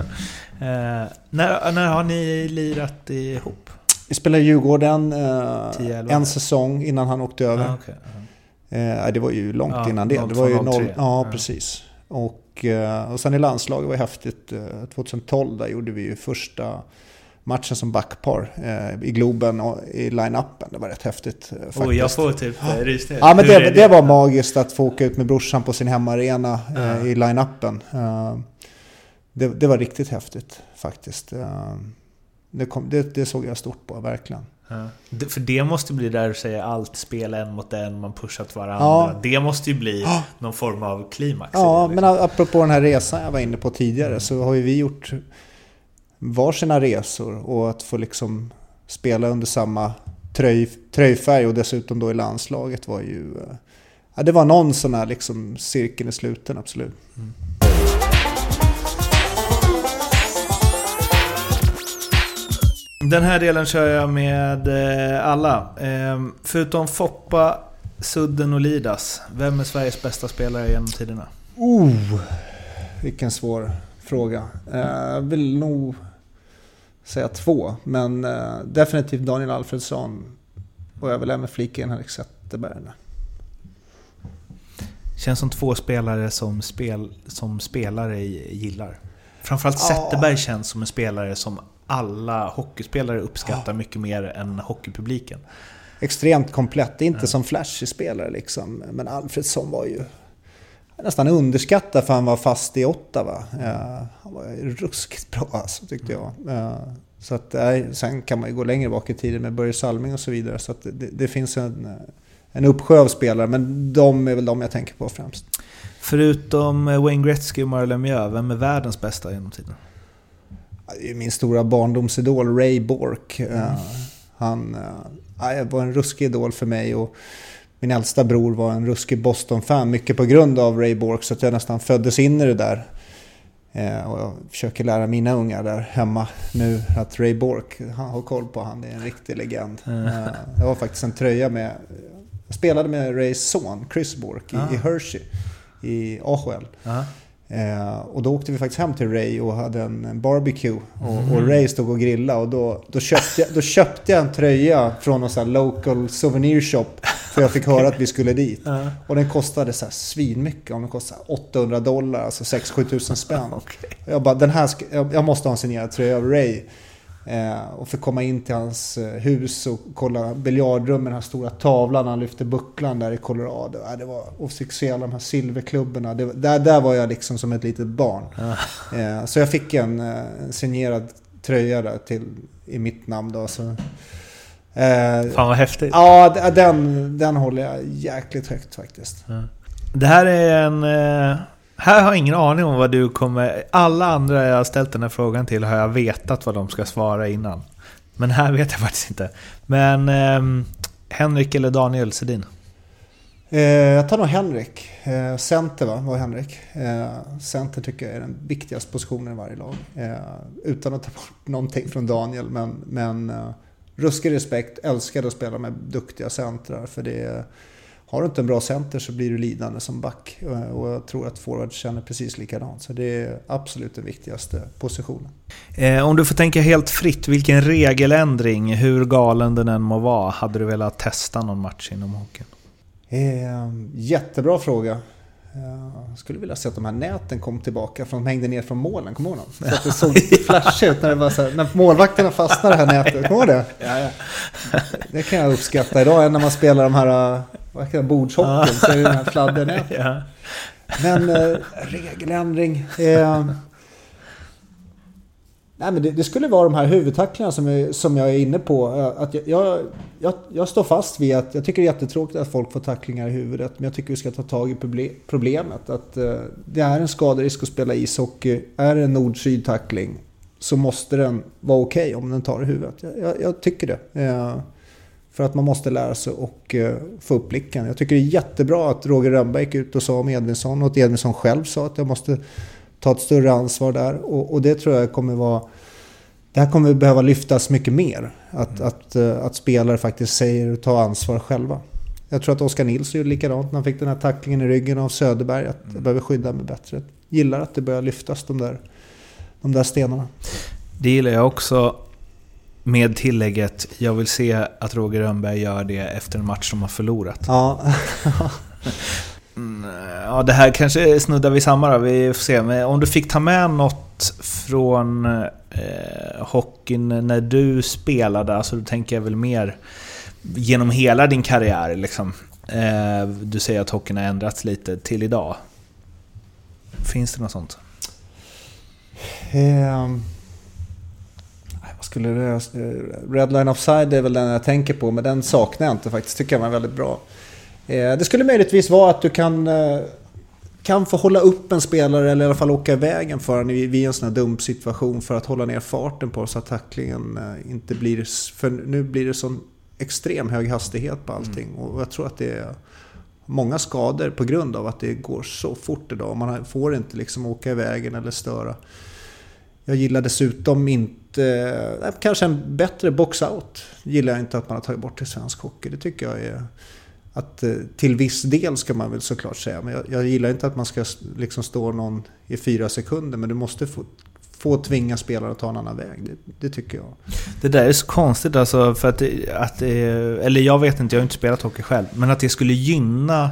när, när har ni lirat ihop? Vi spelade i Djurgården uh, en säsong innan han åkte över. Ah, okay. uh-huh. uh, det var ju långt ja, innan det. Det var ju noll, ja, uh. precis. Och, uh, och sen i landslaget var det häftigt. Uh, tjugohundratolv där gjorde vi ju första matchen som backpar eh, i Globen och i line-upen. Det var rätt häftigt. Eh, faktiskt. Oh, jag får typ ja. rysningar. Ja, men det, det? det var magiskt att få åka ut med brorsan på sin hemmaarena eh, uh. i line-upen. Eh, det, det var riktigt häftigt faktiskt. Eh, det, kom, det, det såg jag stort på, verkligen. Uh. Det, för det måste bli där du säger allt spel en mot en, man pushar varandra. Ja. Det måste ju bli uh. någon form av klimax. Ja, det, liksom. Men apropå den här resan jag var inne på tidigare mm. så har ju vi gjort var sina resor och att få liksom spela under samma tröj, tröjfärg och dessutom då i landslaget var ju, ja, det var någon sån här liksom cirkeln i sluten, absolut. Mm. Den här delen kör jag med alla. Förutom Foppa, Sudden och Lidas. Vem är Sveriges bästa spelare genom tiderna? Oh, vilken svår fråga. Jag vill nog säga två. Men definitivt Daniel Alfredsson. Och jag vill även flika in Henrik Zetterberg. Känns som två spelare som, spel, som spelare gillar. Framförallt Zetterberg ja. Känns som en spelare som alla hockeyspelare uppskattar ja. Mycket mer än hockeypubliken. Extremt komplett, inte ja. Som flashig spelare liksom. Men Alfredsson var ju nästan underskattad för han var fast i Ottawa. Ja, han var ruskigt bra alltså, tyckte jag. Ja, så att, sen kan man ju gå längre bak i tiden med Börje Salming och så vidare. Så att det, det finns en, en uppsjö av spelare, men de är väl de jag tänker på främst. Förutom Wayne Gretzky och Mario Lemieux, vem är världens bästa genom tiden? Min stora barndomsidol Ray Bourque. Mm. Uh, han uh, var en ruskig idol för mig, och min äldsta bror var en ruskig Boston-fan, mycket på grund av Ray Bourque, så att jag nästan föddes in i det där. Uh, och jag försöker lära mina ungar där hemma nu att Ray Bourque, han har koll på han, är en riktig legend. Mm. Uh, jag var faktiskt en tröja med, jag spelade med Rays son Chris Bourque i, ah. i Hershey i A H L. Uh-huh. Eh, och då åkte vi faktiskt hem till Ray och hade en, en barbecue och, mm. och Ray stod och grillade, och då, då, köpte, jag, då köpte jag en tröja från någon sån här local souvenir shop, för jag fick höra att vi skulle dit. Uh-huh. Och den kostade så här svinmycket, om den kostade åttahundra dollar, alltså sex till sju tusen spänn. Okay. Jag bara, den här ska, jag, jag måste ha en signerad tröja av Ray. Eh, och för att komma in till hans eh, hus och kolla biljardrum med den här stora tavlan, han lyfte bucklan där i Colorado. Eh, det var, och se alla de här silverklubborna. Det, där, där var jag liksom som ett litet barn. Ah. Eh, så jag fick en, eh, en signerad tröja där till, i mitt namn då. Så, eh, Fan vad häftigt. Ja, den, den håller jag jäkligt högt faktiskt. Mm. Det här är en... Eh... Här har jag ingen aning om vad du kommer... Alla andra jag har ställt den här frågan till har jag vetat vad de ska svara innan. Men här vet jag faktiskt inte. Men eh, Henrik eller Daniel Sedin? Eh, jag tar nog Henrik. Eh, center va, var Henrik. Eh, center tycker jag är den viktigaste positionen i varje lag. Eh, utan att ta bort någonting från Daniel. Men, men eh, ruskig respekt. Älskar att spela med duktiga centrar. För det är... Har du inte en bra center så blir du lidande som back. Och jag tror att forward känner precis likadant. Så det är absolut den viktigaste positionen. Eh, om du får tänka helt fritt, vilken regeländring, hur galen den än må vara, hade du velat testa någon match inom hockeyn? Eh, jättebra fråga. Jag skulle vilja se att de här näten kom tillbaka, för de hängde ner från målen, kommer du ihåg dem? Så att det såg flash ut när, det var så här, när målvakterna fastnade det här nätet, kommer du det? Ja, ja. Det kan jag uppskatta idag när man spelar de här bordshockeyn, så är det den här fladdernätet. Ja. Men eh, regeländring... Eh, nej, men det, det skulle vara de här huvudtacklingarna som jag, som jag är inne på. Att jag, jag, jag, jag står fast vid att jag tycker det är jättetråkigt att folk får tacklingar i huvudet. Men jag tycker vi ska ta tag i problemet. Att uh, det är en skaderisk att spela ishockey. Är det en nord-syd-tackling så måste den vara okej okay om den tar i huvudet. Jag, jag, jag tycker det. Uh, för att man måste lära sig och uh, få upp blicken. Jag tycker det är jättebra att Roger Rönnberg gick ut och sa om Edvinsson. Och att Edvinsson själv sa att jag måste... ta ett större ansvar där, och, och det tror jag kommer vara, det här kommer behöva lyftas mycket mer, att, mm. att, att, att spelare faktiskt säger och tar ansvar själva. Jag tror att Oskar Nilsson gjorde likadant när han fick den här tacklingen i ryggen av Söderberg, att jag behöver skydda mig bättre. Jag gillar att det börjar lyftas de där, de där stenarna. Det gillar jag också, med tillägget, jag vill se att Roger Rönnberg gör det efter en match som har förlorat. Ja. Ja, det här kanske snuddar vi samma då. Vi får se. Men om du fick ta med något från eh, hockeyn när du spelade, alltså du tänker jag väl mer genom hela din karriär liksom. Eh, du säger att hockeyn har ändrats lite till idag. Finns det något sånt? Um, vad skulle det, Red Line Offside är väl den jag tänker på, men den saknar jag inte faktiskt. Tycker jag var väldigt bra. Det skulle möjligtvis vara att du kan, kan få hålla upp en spelare, eller i alla fall åka i vägen för en vid en sån här dum situation, för att hålla ner farten på så att tacklingen inte blir, för nu blir det sån extrem hög hastighet på allting. Mm. Och jag tror att det är många skador på grund av att det går så fort idag. Man får inte liksom åka i vägen eller störa. Jag gillar dessutom inte eh, kanske en bättre box-out gillar jag inte att man har tagit bort i svensk hockey. Det tycker jag är att eh, till viss del ska man väl såklart säga. Men jag, jag gillar inte att man ska liksom stå någon i fyra sekunder, men du måste få, få tvinga spelare att ta en annan väg. Det, det tycker jag. Det där är så konstigt alltså, för att, att eller jag vet inte, jag har inte spelat hockey själv, men att det skulle gynna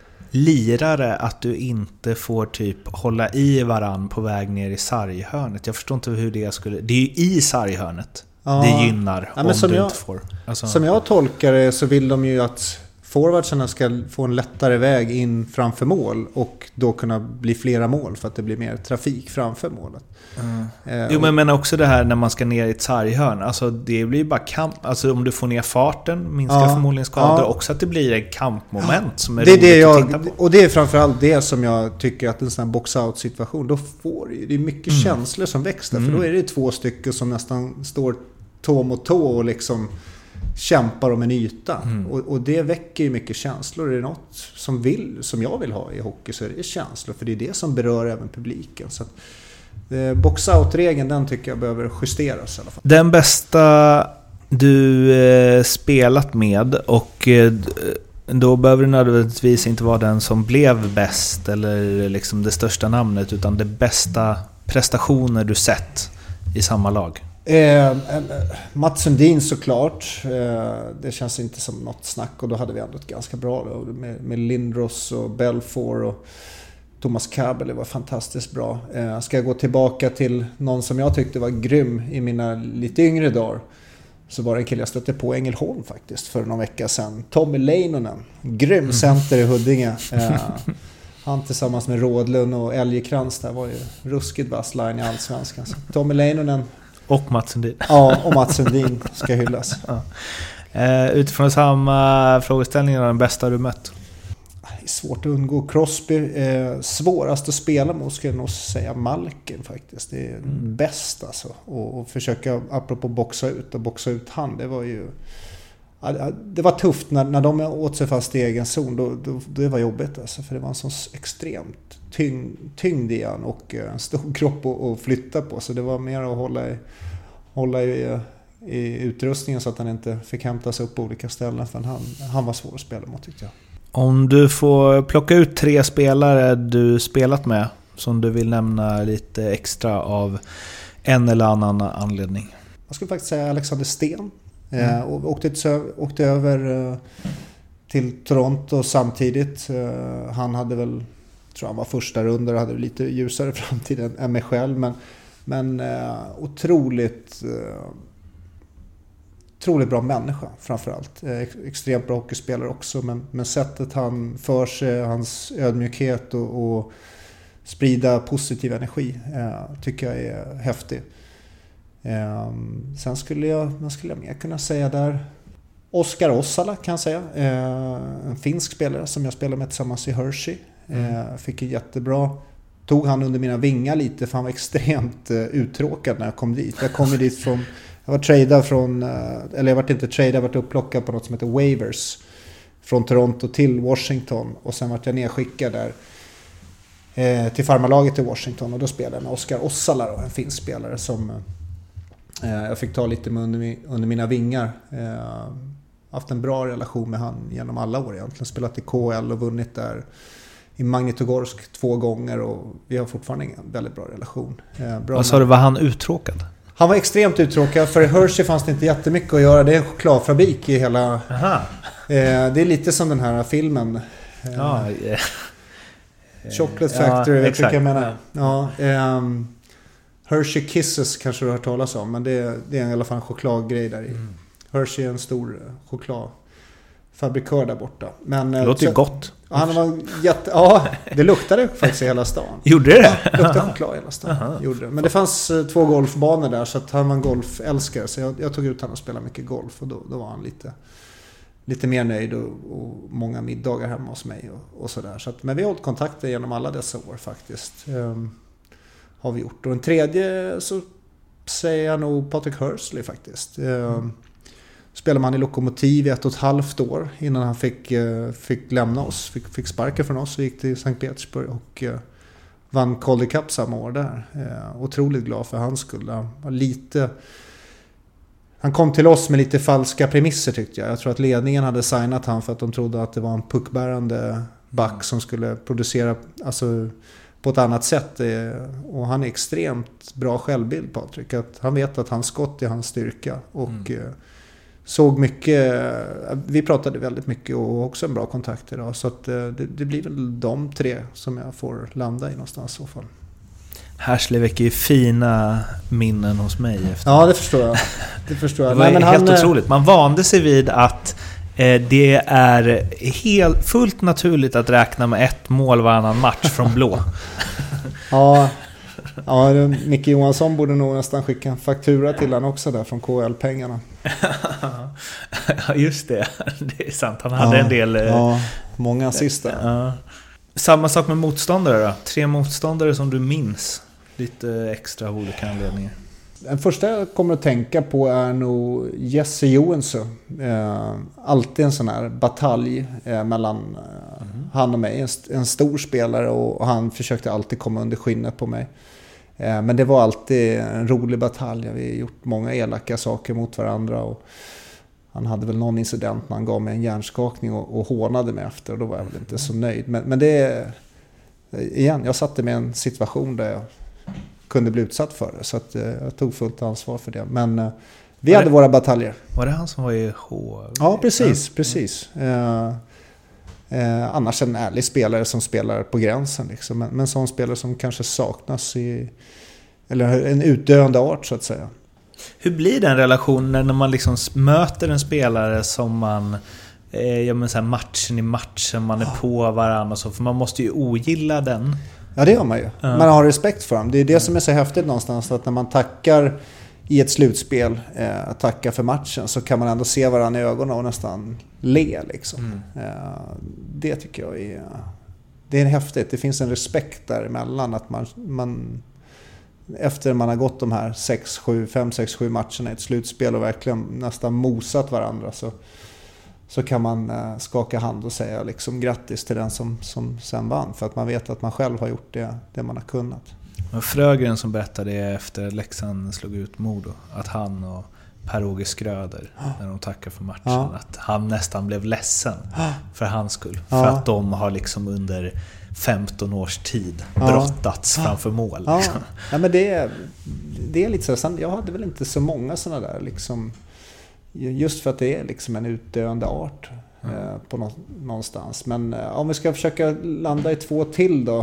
lirare att du inte får typ hålla i varann på väg ner i sarghörnet. Jag förstår inte hur det skulle... Det är ju i sarghörnet ja. Det gynnar ja, om du jag, inte får. Alltså. Som jag tolkar det så vill de ju att forwardsarna ska få en lättare väg in framför mål och då kunna bli flera mål för att det blir mer trafik framför målet. Mm. Eh, jo, men jag menar också det här när man ska ner i ett sarghörn. Alltså det blir bara kamp. Alltså om du får ner farten minskar ja, förmodligen skador. Ja. Också att det blir ett kampmoment ja. Som är det är roligt det jag, att titta på. Och det är framförallt det som jag tycker att en sån här box-out situation, då får det är mycket mm. känslor som växer. Mm. För då är det två stycken som nästan står tå mot tå och liksom kämpar om en yta. Mm. Och, och det väcker ju mycket känslor. Är det något som, vill, som jag vill ha i hockey så är det känslor. För det är det som berör även publiken. Så att, eh, box-out-regeln, den tycker jag behöver justeras i alla fall. Den bästa du eh, spelat med, och eh, då behöver det nödvändigtvis inte vara den som blev bäst eller liksom det största namnet, utan det bästa prestationer du sett i samma lag. Eh, Mats Sundin såklart. Eh, det känns inte som något snack, och då hade vi ändå ett ganska bra då, med, med Lindros och Belfour och Thomas Kabel. Det var fantastiskt bra. Eh, ska jag gå tillbaka till någon som jag tyckte var grym i mina lite yngre dagar, så var det en kille jag stötte på Ängelholm faktiskt för någon vecka sedan. Tommy Leinonen, grym center i Huddinge. Eh, han tillsammans med Rådlund och Älgekrans där var ju ruskigt vass line i Allsvenskan. Så Tommy Leinonen och Mats Sundin. Ja, och Mats Sundin ska hyllas. Ja. Eh, utifrån samma frågeställningar, den bästa du mött? Det är svårt att undgå. Crosby, eh, svårast att spela mot skulle jag nog säga Malkin faktiskt. Det är mm. bäst alltså. Och, och försöka, apropå boxa ut och boxa ut han, det var ju... Det var tufft när, när de åt sig fast i egen zon. Då, då, det var jobbigt alltså, för det var en sån extremt tyng, tyngd i han och en stor kropp att, att flytta på. Så det var mer att hålla i, hålla i, i utrustningen så att han inte fick hämtas upp på olika ställen. För han, han var svår att spela mot, tyckte jag. Om du får plocka ut tre spelare du spelat med som du vill nämna lite extra av en eller annan anledning. Jag skulle faktiskt säga Alexander Sten. Mm. Eh, och åkte, åkte över eh, till Toronto samtidigt. Eh, han hade väl, tror han var första runda och hade lite ljusare framtid än, än mig själv. Men, men eh, otroligt, eh, otroligt bra människa framförallt. Eh, extremt bra hockeyspelare också. Men, men sättet han för sig, hans ödmjukhet och, och sprida positiv energi eh, tycker jag är häftig. Um, sen skulle jag, vad skulle jag mer kunna säga där? Oskar Ossala kan jag säga. Uh, en finsk spelare som jag spelade med tillsammans i Hershey. Mm. Uh, fick en jättebra... Tog han under mina vingar lite, för han var extremt uh, uttråkad när jag kom dit. Jag kom dit från... Jag var tradad från... Uh, eller jag var inte tradad, jag var upplockad på något som heter waivers. Från Toronto till Washington. Och sen var jag nedskickad där uh, till farmarlaget i Washington. Och då spelade jag med Oskar Ossala då, en finsk spelare som... Uh, Jag fick ta lite under, under mina vingar. Eh, haft en bra relation med han genom alla år egentligen. Spelat i K H L och vunnit där i Magnitogorsk två gånger. Och vi har fortfarande en väldigt bra relation. Eh, bra Vad sa du, var han uttråkad? Han var extremt uttråkad. För i Hershey fanns det inte jättemycket att göra. Det är en chokladfabrik i hela... Aha. Eh, det är lite som den här filmen. Eh, ja, yeah. Chocolate Factory, ja, vet du vad jag menar? Ja. Ja, eh, Hershey Kisses kanske du har hört talas om, men det är, det är i alla fall en chokladgrej där i. Mm. Hershey är en stor chokladfabrikör där borta. Men, det låter ju gott. Han var jätte, ja, det luktade faktiskt i hela stan. Gjorde det? Ja, det luktade choklad i hela stan. Gjorde det. Men det fanns två golfbanor där, så att han var en golfälskare. Så jag, jag tog ut honom och spelade mycket golf, och då, då var han lite, lite mer nöjd och, och många middagar hemma hos mig och, och sådär. Så att, men vi har hållit kontakter genom alla dessa år faktiskt. Um, har vi gjort. Och en tredje så säger jag nog Patrick Hursley faktiskt. Mm. Spelade man i Lokomotiv i ett och ett halvt år innan han fick, fick lämna oss. Fick, fick sparka från oss och gick till Sankt Petersburg. Och vann Calder Cup samma år där. Eh, otroligt glad för hans skull. Han var lite... Han kom till oss med lite falska premisser tyckte jag. Jag tror att ledningen hade signat han för att de trodde att det var en puckbärande back som skulle producera alltså, på ett annat sätt. Och han är extremt bra självbild, Patrik. Att han vet att hans skott är hans styrka. Och mm. såg mycket... Vi pratade väldigt mycket och också en bra kontakt idag. Så att det, det blir väl de tre som jag får landa i någonstans i så fall. Härsle väcker ju fina minnen hos mig efter. Ja, det förstår jag. Det förstår jag. Det var Nej, men helt han, otroligt. Man vande sig vid att eh, det är helt, fullt naturligt att räkna med ett mål varannan match från blå. ja, ja, Micke Johansson borde nog nästan skicka en faktura till han också där från K L-pengarna. Ja, just det. Det är sant. Han hade ja, en del... Eh, ja, många assist ja. Samma sak med motståndare då? Tre motståndare som du minns? Lite extra av olika anledningar. Den första jag kommer att tänka på är nog Jesse Johansson. Eh, alltid en sån här batalj eh, mellan eh, mm. han och mig. En, en stor spelare och, och han försökte alltid komma under skinnet på mig. Eh, men det var alltid en rolig batalj. Vi har gjort många elaka saker mot varandra. Och han hade väl någon incident när han gav mig en hjärnskakning och, och hånade mig efter. Och då var jag väl inte så nöjd. Men, men det igen, jag satte mig i en situation där jag kunde bli utsatt för det. Så att, eh, jag tog fullt ansvar för det. Men eh, vi var hade det, våra bataljer. Var det han som var i H? Ja, precis. precis. Eh, eh, annars en ärlig spelare som spelar på gränsen. Liksom. Men, men sån spelare som kanske saknas i... Eller en utdöende art så att säga. Hur blir den relationen när man liksom möter en spelare som man... Eh, ja, men så här matchen i matchen, man är på varandra och så. För man måste ju ogilla den. Ja, det gör man ju. Uh. Man har respekt för dem. Det är det som är så häftigt någonstans. Att när man tackar i ett slutspel, eh, tackar för matchen, så kan man ändå se varandra i ögonen och nästan le. Liksom. Mm. Eh, det tycker jag är, det är häftigt. Det finns en respekt däremellan. Att man, man, efter man har gått de här sex, sju, fem, sex, sju matcherna i ett slutspel och verkligen nästan mosat varandra, så så kan man eh, skaka hand och säga liksom grattis till den som, som sen vann. För att man vet att man själv har gjort det, det man har kunnat. Och Frögren som berättade efter Leksand slog ut Modo, att han och Per-Åge Skröder, ja. när de tackar för matchen, ja. att han nästan blev ledsen ja. för hans skull. Ja. För att de har liksom under femton års tid brottats ja. framför mål. Ja, ja men det är, det är lite så. Jag hade väl inte så många sådana där liksom. Just för att det är liksom en utdöende art mm. eh, på nå- någonstans. Men eh, om vi ska försöka landa i två till då.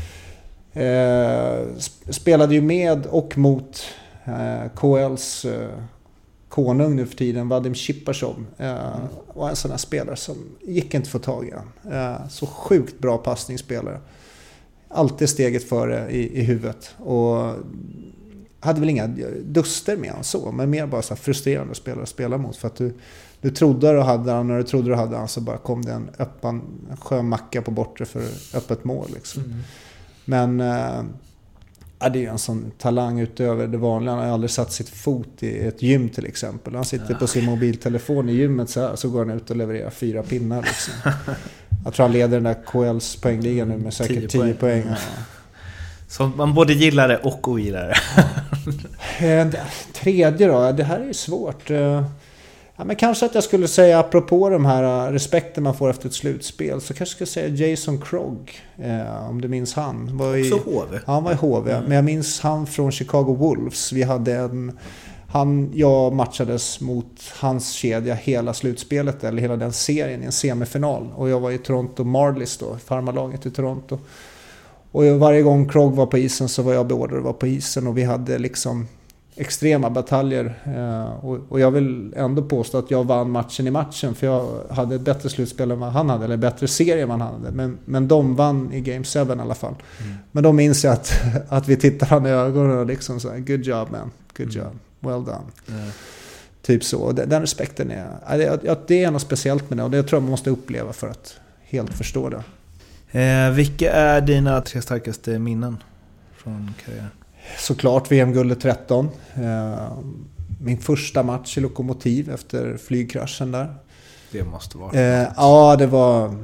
Eh, spelade ju med och mot eh, K L:s eh, konung nu för tiden, Vadim Chipachov. Eh, mm. var en sån här spelare som gick inte få tag i han. Eh, så sjukt bra passningsspelare. Alltid steget före i, i huvudet. Och hade väl inga duster med han så, men mer bara så här frustrerande spelare att spela mot. För att du, du trodde du hade han, när du trodde du hade han, så bara kom det en öppen en skön macka på bortre för öppet mål. Liksom. Mm. Men äh, ja, det är ju en sån talang utöver det vanliga. Han har aldrig satt sitt fot i ett gym till exempel. Han sitter ja. på sin mobiltelefon i gymmet så här, så går han ut och levererar fyra pinnar. Liksom. Jag tror han leder den där K L:s poängliga nu med säkert tio poäng. poäng ja. Så man både gillar det och ogillar det. Tredje då, det här är ju svårt. Ja, men kanske att jag skulle säga, apropå de här respekten man får efter ett slutspel, så kanske jag skulle säga Jason Krog, eh, om du minns han. Var i, också H V. Ja, han var i H V. Mm. Men jag minns han från Chicago Wolves. Vi hade en... Han, jag matchades mot hans kedja hela slutspelet, eller hela den serien i en semifinal. Och jag var i Toronto Marlies då, farmarlaget i Toronto. Och varje gång Krog var på isen så var jag beordrad att vara på isen. Och vi hade liksom extrema bataljer. Och jag vill ändå påstå att jag vann matchen i matchen. För jag hade ett bättre slutspel än vad han hade. Eller bättre serie än vad han hade. Men, men de vann i Game sju i alla fall. Mm. Men då minns jag att, att vi tittar han i ögonen och liksom så här, good job man, good job, well done. Mm. Typ så. Den, den respekten är, det, det är något speciellt med det. Och det tror jag man måste uppleva för att helt förstå det. Eh, vilka är dina tre starkaste minnen från karriären? Såklart V M-guldet tretton. Eh, min första match i Lokomotiv efter flygkraschen där. Det måste vara. Eh, ja, det var...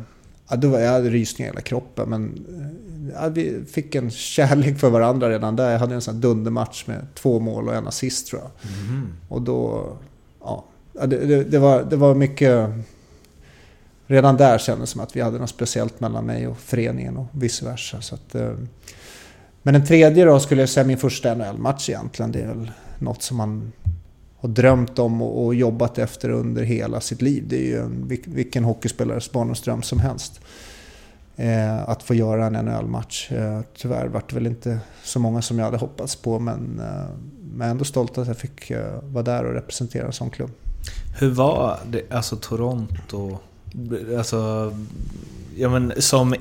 Ja, då var jag hade rysningar i hela kroppen, men ja, vi fick en kärlek för varandra redan där. Jag hade en sån här dundermatch med två mål och en assist tror jag. Mm. Och då, ja, det, det, det, var, det var mycket, redan där kändes det som att vi hade något speciellt mellan mig och föreningen och vice versa. Så att, men den tredje då skulle jag säga min första N H L-match egentligen. Det är väl något som man har drömt om och, och jobbat efter under hela sitt liv. Det är ju en, vilken hockeyspelares barndomsdröm som helst. Eh, att få göra en N H L-match. Eh, tyvärr var det väl inte så många som jag hade hoppats på, men eh, jag är ändå stolt att jag fick eh, vara där och representera en sån klubb. Hur var det, alltså Toronto, alltså, ja, men som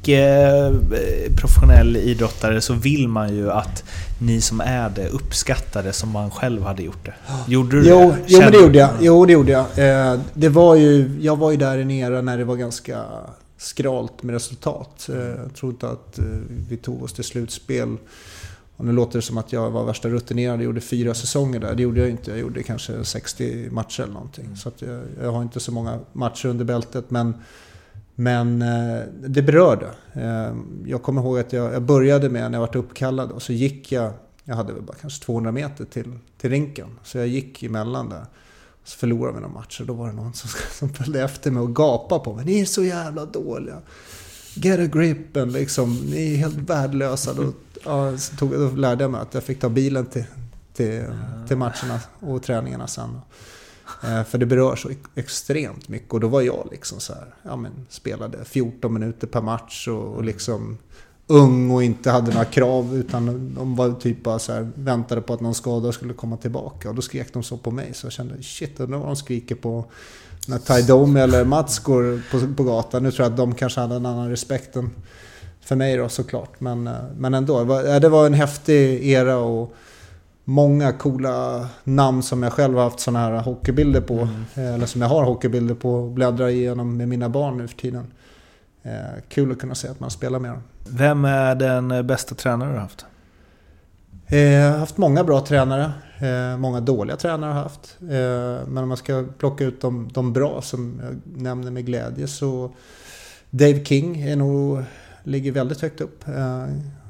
icke-professionell idrottare så vill man ju att ni som är det uppskattar det som man själv hade gjort det. Gjorde du jo, det? Jo, men det gjorde jag. Jo, det gjorde jag. Eh, det var ju, jag var ju där i nere när det var ganska skralt med resultat. Eh, jag tror inte att eh, vi tog oss till slutspel. Och nu låter det som att jag var värsta rutinerad. Jag gjorde fyra säsonger där. Det gjorde jag inte. Jag gjorde kanske sextio matcher eller någonting. Så att jag, jag har inte så många matcher under bältet. Men, men eh, det berörde. Eh, jag kommer ihåg att jag, jag började med när jag var uppkallad. Och så gick jag, jag hade väl bara kanske tvåhundra meter till, till rinken. Så jag gick emellan där. Så förlorade vi några matcher. Då var det någon som, som följde efter mig och gapade på mig. Ni är så jävla dåliga. Get a gripen liksom. Ni är helt värdelösa. Då, ja, så tog, då lärde jag mig att jag fick ta bilen till, till, till matcherna och träningarna sen. Eh, för det berör så extremt mycket. Och då var jag liksom så här, ja men spelade fjorton minuter per match och, och liksom ung och inte hade några krav, utan de var typ bara så här, väntade på att någon skada skulle komma tillbaka. Och då skrek de så på mig, så jag kände shit, nu var de skriker på när Ty Domi eller Mats går på, på gatan. Nu tror jag att de kanske hade en annan respekt än för mig då, såklart. Men, men ändå, det var en häftig era och många coola namn som jag själv har haft såna här hockeybilder på. Mm. Eller som jag har hockeybilder på och bläddrar igenom med mina barn nu för tiden. Eh, kul att kunna se att man spelar med dem. Vem är den bästa tränare du har haft? Eh, jag har haft många bra tränare. Eh, många dåliga tränare har jag haft. Eh, men om man ska plocka ut de, de bra som jag nämner med glädje, så Dave King är nog, ligger väldigt högt upp. Eh,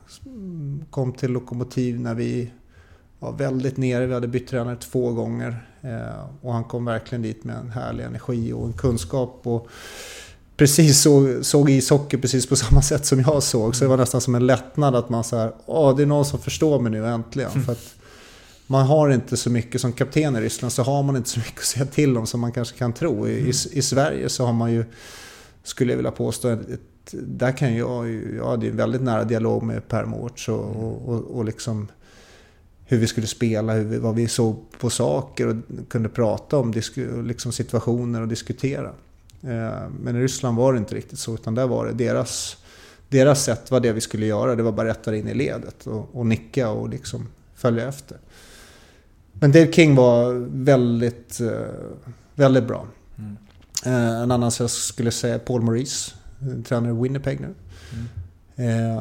kom till Lokomotiv när vi var väldigt nere. Vi hade bytt tränare två gånger. Eh, och han kom verkligen dit med en härlig energi och en kunskap. Och precis så, såg ishockey precis på samma sätt som jag såg. Så det var nästan som en lättnad att man så här, åh, det är någon som förstår mig nu äntligen. Mm. För att man har inte så mycket som kapten i Ryssland, så har man inte så mycket att säga till om som man kanske kan tro. I, mm. i, i Sverige så har man ju, skulle jag vilja påstå, ett, ett, där kan jag ju, ja, det är en väldigt nära dialog med Per Mårts och, och, och, och liksom hur vi skulle spela, hur vi, vad vi såg på saker och kunde prata om disku, liksom situationer och diskutera. Men i Ryssland var det inte riktigt så, utan där var det deras, deras sätt var det vi skulle göra. Det var bara rätta in i ledet och, och nicka och liksom följa efter. Men Dave King var väldigt, väldigt bra. Mm. En annan som jag skulle säga Paul Maurice, tränare i Winnipeg nu. Mm.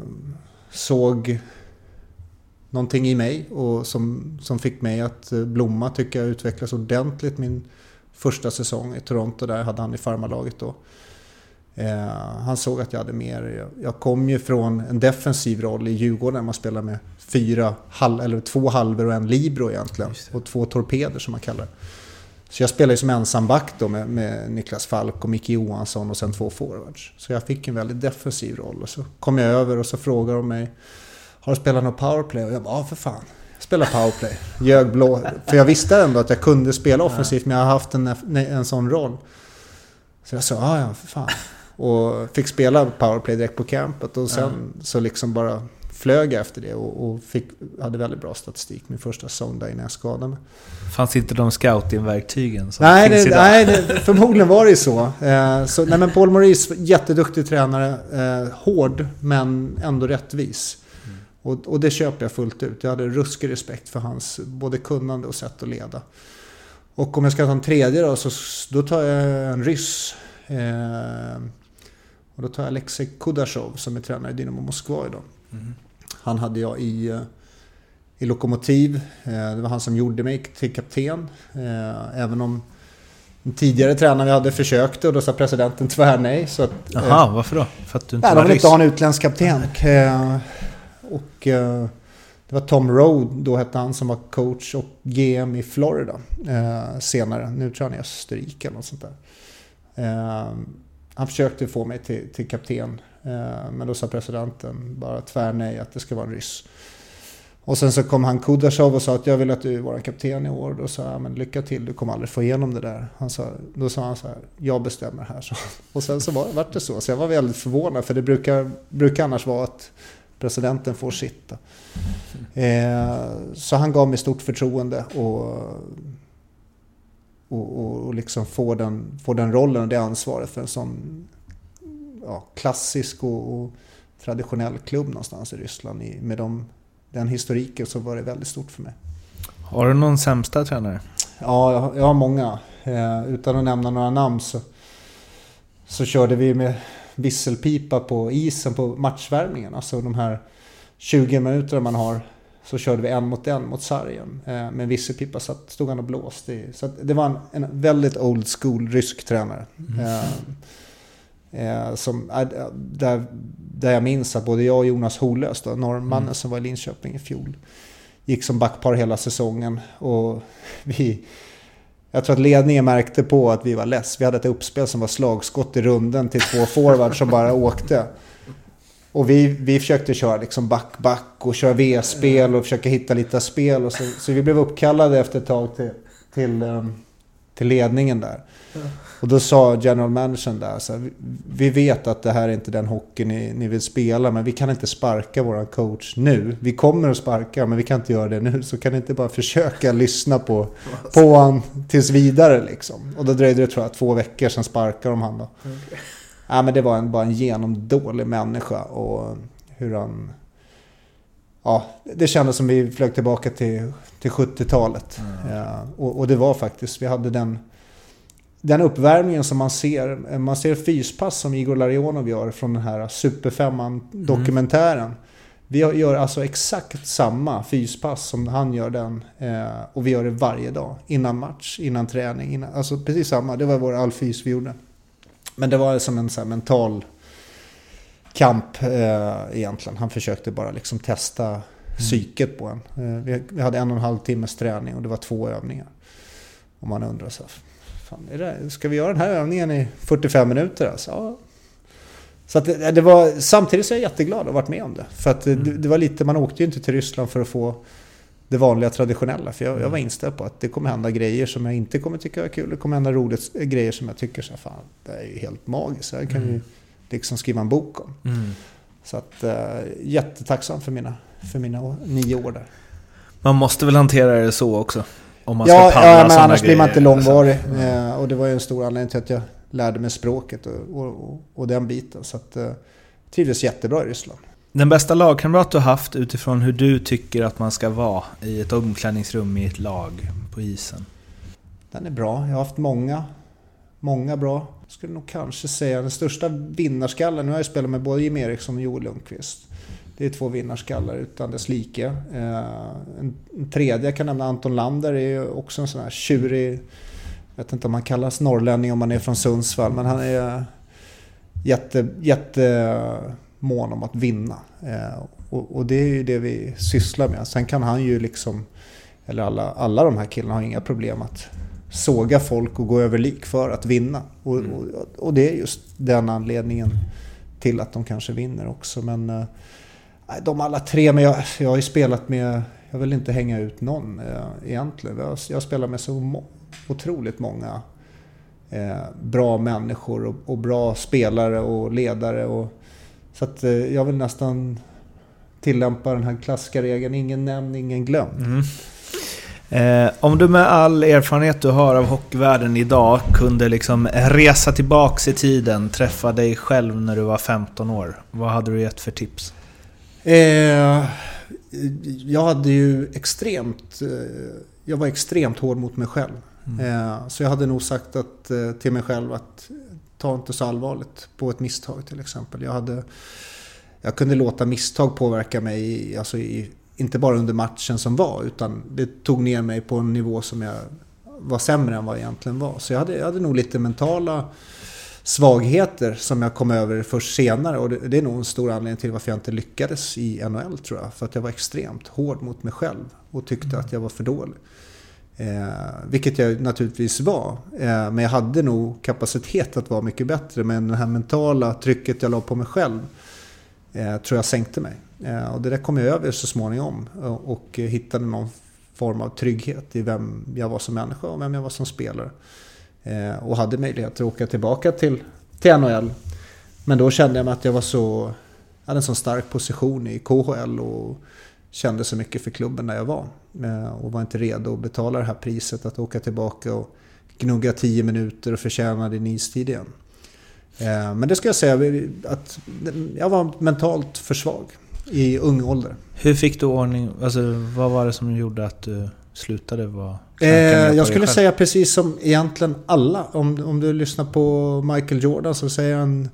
Såg någonting i mig och som, som fick mig att blomma, tycker jag, utvecklas ordentligt. Min första säsong i Toronto, där hade han i farmarlaget då. Eh, han såg att jag hade mer. Jag, jag kom ju från en defensiv roll i Djurgården, där man spelar med fyra hal- eller två halver och en libero egentligen. Och två torpeder som man kallar det. Så jag spelade som ensamback då med, med Niklas Falk och Micke Johansson och sen två forwards. Så jag fick en väldigt defensiv roll. Och så kom jag över och så frågade de mig, har du spelat någon powerplay? Och jag bara, ja för fan. Spela powerplay, ljög blå. För jag visste ändå att jag kunde spela offensivt, men jag har haft en, en sån roll. Så jag sa, ja ja för fan. Och fick spela powerplay direkt på campet. Och sen ja. så liksom bara flög jag efter det. Och, och fick, hade väldigt bra statistik min första säsong där innan jag skadade mig. Fanns inte de scouting-verktygen som nej, finns det, idag? Nej, det, förmodligen var det ju så. Eh, så nej, men Paul Maurice, jätteduktig tränare. Eh, hård, men ändå rättvis. Och, och det köper jag fullt ut. Jag hade ruskig respekt för hans både kunnande och sätt att leda. Och om jag ska ta en tredje då, så då tar jag en ryss. Eh, och då tar jag Alexej Kudashov som är tränare i Dynamo Moskva idag. Mm. Han hade jag i, i Lokomotiv. Eh, det var han som gjorde mig till kapten. Eh, även om En tidigare tränare vi hade försökte och då sa presidenten tvär nej. Så att, Jaha, eh, varför då? För att du inte nej, var de vill ryss? inte ha en utländsk kapten. Eh, och eh, det var Tom Rowe, då hette han, som var coach och G M i Florida eh, senare. Nu tror jag han är i Österrike eller något sånt där. Eh, han försökte få mig till, till kapten. Eh, men då sa presidenten bara tvär nej att det ska vara en ryss. Och sen så kom han Kudashov och sa att jag vill att du är vår kapten i år. Då sa jag, men lycka till, du kommer aldrig få igenom det där. Han sa, då sa han så här, jag bestämmer här. Så. Och sen så var, var det så. Så jag var väldigt förvånad, för det brukar, brukar annars vara att presidenten får sitta. Eh, så han gav mig stort förtroende och, och, och, och liksom få den, få den rollen och det ansvaret för en sån ja, klassisk och, och traditionell klubb någonstans i Ryssland. I, med de den historiken, så var det väldigt stort för mig. Har du någon sämsta tränare? Ja, jag har, jag har många. Eh, utan att nämna några namn så, så körde vi med visselpipa på isen på matchvärmningen. Alltså de här tjugo minuter man har, så körde vi en mot en mot sargen. Eh, med visselpipa så stod han och blåste i. Så det var en, en väldigt old school rysk tränare. Mm. Eh, Eh, som, äh, där, där jag minns att både jag och Jonas Holös, då, norrmannen mm. som var i Linköping i fjol, gick som backpar hela säsongen. Och vi, jag tror att ledningen märkte på att vi var less. Vi hade ett uppspel som var slagskott i runden till två forwards som bara åkte. Och vi, vi försökte köra liksom back-back och köra V-spel och försöka hitta lite spel. Och så, så vi blev uppkallade efter ett tag till, till, um, till ledningen där. Och då sa general managern där så här, vi vet att det här är inte den hockey ni, ni vill spela, men vi kan inte sparka våran coach nu. Vi kommer att sparka, men vi kan inte göra det nu. Så kan ni inte bara försöka lyssna på, på han tills vidare liksom. Och då dröjde det, tror jag, två veckor sedan sparkade de han då. Okay. Ja, men det var en, bara en genomdålig människa. Och hur han... Ja, det kändes som vi flög tillbaka till, till sjuttiotalet. Mm. Ja, och, och det var faktiskt, vi hade den... Den uppvärmningen som man ser, man ser fyspass som Igor Larionov gör från den här Superfemman-dokumentären. Mm. Vi gör alltså exakt samma fyspass som han gör den. Eh, och vi gör det varje dag. Innan match, innan träning. Innan, alltså precis samma, det var vår allfys vi gjorde. Men det var som en så här mental kamp eh, egentligen. Han försökte bara liksom testa mm. psyket på en. Eh, vi, vi hade en och en halv timmes träning och det var två övningar. Och man undrar så här, fan, är det, ska vi göra den här övningen i fyrtiofem minuter? Alltså? Ja. Så att det, det var, samtidigt så är jag jätteglad att ha varit med om det. För att mm. det, det var lite, man åkte ju inte till Ryssland för att få det vanliga traditionella. För jag, jag var inställd på att det kommer hända grejer som jag inte kommer tycka är kul. Det kommer hända roligt grejer som jag tycker så här, fan, det är ju helt magiskt. Jag kan mm. ju liksom skriva en bok om. Mm. Så att äh, jättetacksam för mina, för mina nio år där. Man måste väl hantera det så också? Om man ja, ska ja, men annars blir man inte långvarig. Mm. Och det var ju en stor anledning till att jag lärde mig språket och, och, och den biten. Så att, uh, trivdes jättebra i Ryssland. Den bästa lagkamrat du har haft utifrån hur du tycker att man ska vara i ett omklädningsrum i ett lag på isen? Den är bra. Jag har haft många. Många bra. Jag skulle nog kanske säga den största vinnarskallen. Nu har jag spelat med både Jim Eriksson och Joel Lundqvist. Det är två vinnarskallar utan dess like. Eh, en, en tredje kan nämna Anton Lander, är ju också en sån här tjurig, jag vet inte om man kallas norrlänning om man är från Sundsvall, men han är jätte, jätte mån om att vinna. Eh, och, och det är ju det vi sysslar med. Sen kan han ju liksom, eller alla, alla de här killarna har inga problem att såga folk och gå över lik för att vinna. Och, mm. och, och det är just den anledningen till att de kanske vinner också. Men eh, de alla tre, men jag, jag har ju spelat med, jag vill inte hänga ut någon eh, egentligen. Jag, jag spelar med så må, otroligt många eh, bra människor och, och bra spelare och ledare. Och, så att eh, jag vill nästan tillämpa den här klassiska regeln, ingen nämnd, ingen glömd. Mm. Eh, om du med all erfarenhet du har av hockeyvärlden idag kunde liksom resa tillbaks i tiden, träffa dig själv när du var femton år, vad hade du gett för tips? Eh, jag hade ju extremt eh, jag var extremt hård mot mig själv. Mm. Eh, så jag hade nog sagt att, eh, till mig själv att ta inte så allvarligt på ett misstag till exempel. Jag, hade, jag kunde låta misstag påverka mig i, alltså i, inte bara under matchen som var, utan det tog ner mig på en nivå som jag var sämre än vad jag egentligen var. Så jag hade, jag hade nog lite mentala svagheter som jag kom över först senare. Och det, det är nog en stor anledning till varför jag inte lyckades i N H L, tror jag. För att jag var extremt hård mot mig själv och tyckte mm. att jag var för dålig. Eh, vilket jag naturligtvis var. Eh, men jag hade nog kapacitet att vara mycket bättre. Men det här mentala trycket jag la på mig själv eh, tror jag sänkte mig. Eh, och det där kom jag över så småningom. Och, och hittade någon form av trygghet i vem jag var som människa och vem jag var som spelare. Eh, och hade möjlighet att åka tillbaka till, till N H L. Men då kände jag mig att jag var så, hade en så stark position i K H L och kände så mycket för klubben där jag var. Eh, och var inte redo att betala det här priset att åka tillbaka och gnugga tio minuter och förtjäna din istid igen. Eh, men det ska jag säga att jag var mentalt för svag i ung ålder. Hur fick du ordning, alltså vad var det som gjorde att du slutade vara? Eh, jag skulle säga precis som egentligen alla. Om, om du lyssnar på Michael Jordan så säger han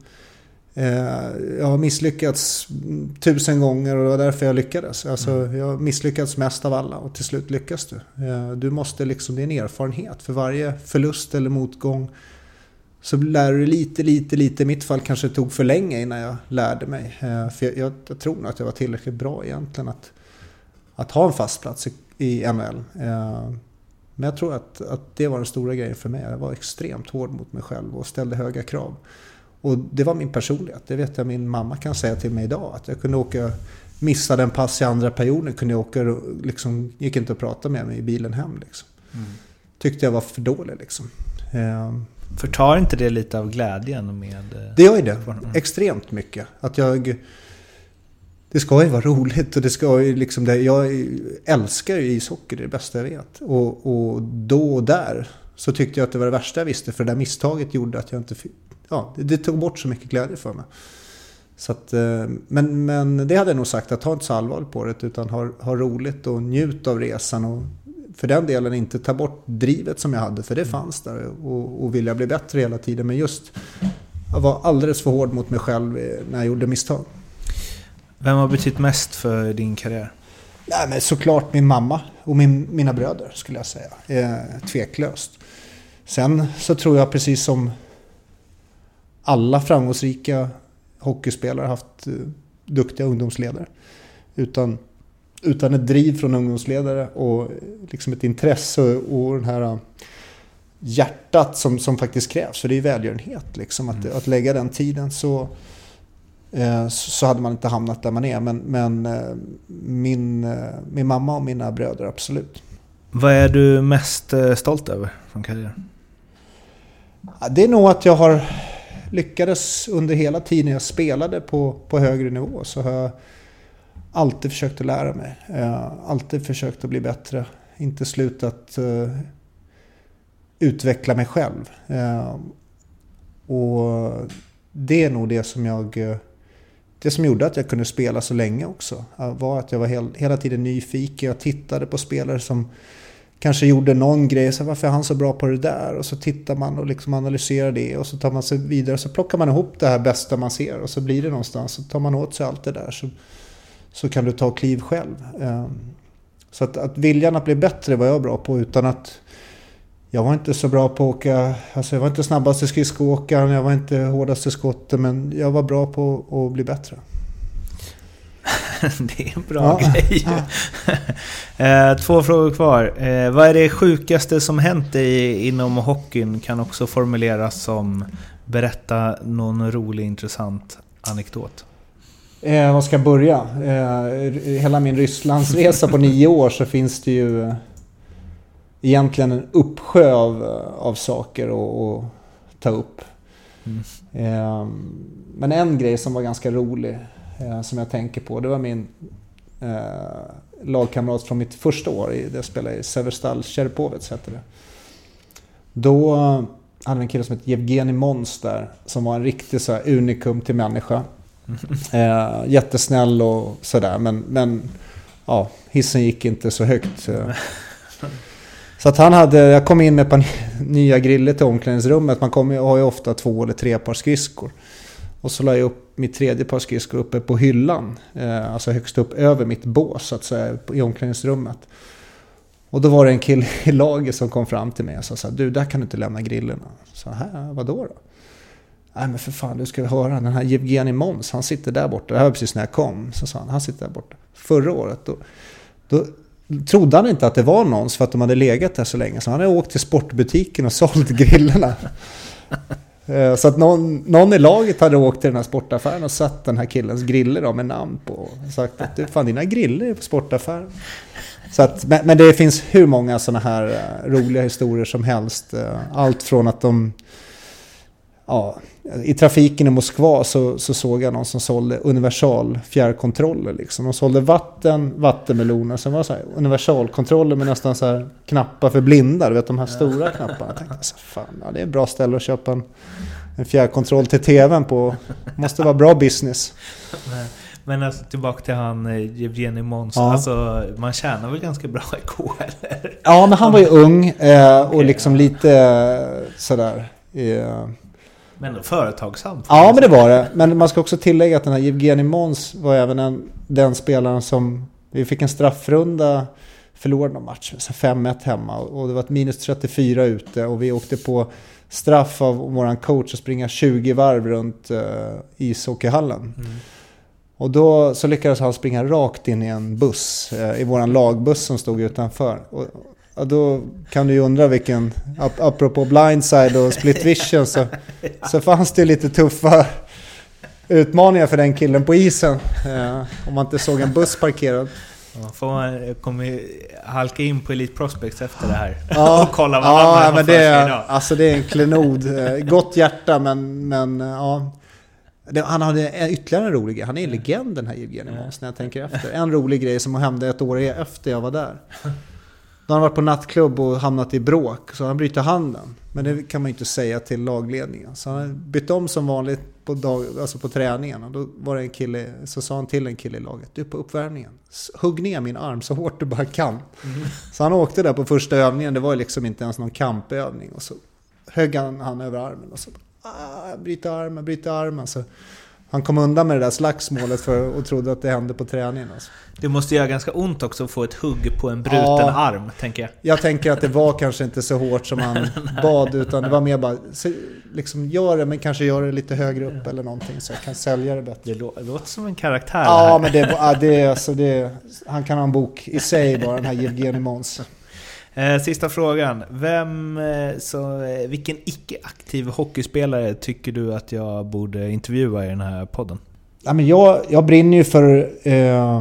eh, jag har misslyckats tusen gånger och det var därför jag lyckades. Alltså, mm. jag har misslyckats mest av alla och till slut lyckas du. Eh, du måste liksom, det är en erfarenhet. För varje förlust eller motgång så lär du lite, lite, lite. I mitt fall kanske det tog för länge innan jag lärde mig. Eh, för jag, jag, jag tror nog att jag var tillräckligt bra egentligen att, att ha en fast plats i, i N H L. Eh, men jag tror att, att det var den stora grejen för mig. Jag var extremt hård mot mig själv och ställde höga krav. Och det var min personlighet. Det vet jag min mamma kan säga till mig idag. Att jag kunde åka, missa den pass i andra perioden. Kunde jag åka, liksom, gick inte att prata med mig i bilen hem. Liksom. Mm. Tyckte jag var för dålig. Liksom. Eh, Förtar inte det lite av glädjen med... Det gör ju det. Extremt mycket. Att jag... Det ska ju vara roligt och det ska ju liksom... Det, jag älskar ju ishockey, det är det bästa jag vet. Och, och då och där så tyckte jag att det var det värsta jag visste. För det där misstaget gjorde att jag inte... Ja, det, det tog bort så mycket glädje för mig. Så att, men, men det hade jag nog sagt, att ta inte så allvarligt på det. Utan ha, ha roligt och njut av resan och... För den delen inte ta bort drivet som jag hade. För det fanns där. Och, och vilja bli bättre hela tiden. Men just jag var alldeles för hård mot mig själv när jag gjorde misstag. Vem har betytt mest för din karriär? Nej, men såklart min mamma och min, mina bröder skulle jag säga. Eh, tveklöst. Sen så tror jag precis som alla framgångsrika hockeyspelare har haft eh, duktiga ungdomsledare. Utan... Utan ett driv från ungdomsledare och liksom ett intresse och den här hjärtat som, som faktiskt krävs. För det är välgörenhet. Liksom. Att, mm. att lägga den tiden så, eh, så hade man inte hamnat där man är. Men, men eh, min, eh, min mamma och mina bröder, absolut. Vad är du mest eh, stolt över från karriären? Ja, det är nog att jag har lyckades under hela tiden jag spelade på, på högre nivå. Så har jag alltid försökt att lära mig. Uh, alltid försökt att bli bättre. Inte slutat uh, utveckla mig själv. Uh, och det är nog det som jag... Uh, det som gjorde att jag kunde spela så länge också. Uh, var att jag var hel, hela tiden nyfiken. Jag tittade på spelare som kanske gjorde någon grej. Så varför är han så bra på det där? Och så tittar man och liksom analyserar det. Och så tar man sig vidare. Så plockar man ihop det här bästa man ser. Och så blir det någonstans. Så tar man åt sig allt det där. Så... så kan du ta kliv själv. Så att, att viljan att bli bättre var jag bra på, utan att jag var inte så bra på att åka, alltså jag var inte snabbaste skridskoåkaren, jag var inte hårdaste skotten, men jag var bra på att bli bättre. Det är en bra ja. grej. Ja. Två frågor kvar. Vad är det sjukaste som hänt dig inom hockeyn? Kan också formuleras som berätta någon rolig, intressant anekdot. Eh, vad ska jag börja? Eh, hela min Rysslandsresa på nio år så finns det ju eh, egentligen en uppsjö av, av saker att ta upp. Mm. Eh, men en grej som var ganska rolig eh, som jag tänker på, det var min eh, lagkamrat från mitt första år. I, det spelade i Severstal Cherpovets hette det. Då hade vi en kille som hette Evgeni Mons där, som var en riktig så här unikum till människa. Eh, jättesnäll och sådär, men, men ja, hissen gick inte så högt. Så att han hade, jag kom in med ett par nya griller till omklädningsrummet. Man kommer, har ju ofta två eller tre par skridskor. Och så la jag upp mitt tredje par skridskor uppe på hyllan. Eh, alltså högst upp över mitt bås så att säga, i omklädningsrummet. Och då var det en kille i laget som kom fram till mig och sa så här, du, där kan du inte lämna grillerna. Så här, vadå då? Nej men för fan, du ska höra, den här Evgenij Mons, han sitter där borta. Det här var precis när jag kom, så sa han, han sitter där borta. Förra året, då, då trodde han inte att det var någons för att de hade legat där så länge. Så han hade åkt till sportbutiken och sålt grillerna. Så att någon, någon i laget hade åkt till den här sportaffären och satt den här killens griller då, med namn på. Och sagt att du, fan, dina griller är på sportaffären. Så att, men, men det finns hur många sådana här uh, roliga historier som helst. Uh, allt från att de... Ja, i trafiken i Moskva så, så såg jag någon som sålde universal fjärrkontroller. Liksom. De sålde vatten, vattenmeloner. Sen var det så här universalkontroller med nästan så här knappar för blinda. Du vet de här stora knapparna. Jag tänkte så fan, ja, det är ett bra ställe att köpa en, en fjärrkontroll till tvn på. Måste vara bra business. Men alltså, tillbaka till han Evgenij Mons. Ja. Alltså, man tjänar väl ganska bra i K H L? Ja, men han var ju ung eh, och okay, liksom ja. lite eh, sådär... Eh, Men företagsamt. Ja, men det var det. Men man ska också tillägga att den här Evgenij Mons var även en, den spelaren som... Vi fick en straffrunda, förlorade någon match, fem ett hemma. Och det var ett minus trettiofyra ute. Och vi åkte på straff av våran coach att springa tjugo varv runt uh, ishockeyhallen. Mm. Och då så lyckades han springa rakt in i en buss, uh, i våran lagbuss som stod utanför. Och, ja, då kan du ju undra vilken, ap- apropå blindside och split vision, så, så fanns det lite tuffa utmaningar för den killen på isen. Eh, om man inte såg en buss parkerad. Ja, får man kommer halka in på Elite Prospects efter det här ja, och kolla vad ja, han men det är, alltså det är en klenod. Gott hjärta, men, men ja. Det, han hade ytterligare en rolig grej. Han är en legend, den här Evgenij Mons, när jag tänker efter. En rolig grej som hände ett år efter jag var där. Då har han varit på nattklubb och hamnat i bråk. Så han bryter handen. Men det kan man ju inte säga till lagledningen. Så han bytte om som vanligt på, dag, alltså på träningen. Och då var det en kille, så sa han till en kille i laget: du, på uppvärmningen, hugg ner min arm så hårt du bara kan. Mm. Så han åkte där på första övningen. Det var liksom inte ens någon kampövning. Och så högg han, han över armen. Och så ah, bryter armen, bryter armen. Så han kom undan med det där slagsmålet för, och trodde att det hände på träningen. Alltså. Det måste göra ganska ont också att få ett hugg på en bruten ja, arm, tänker jag. Jag tänker att det var kanske inte så hårt som han bad, utan det var mer bara, liksom gör det, men kanske gör det lite högre upp eller någonting så jag kan sälja det bättre. Det låter som en karaktär. Ja, här. men det, ja, det, alltså det, han kan ha en bok i sig bara, den här Evgenij Mons. Sista frågan. Vem, så, vilken icke-aktiv hockeyspelare tycker du att jag borde intervjua i den här podden? Ja, men jag, jag brinner ju för, eh,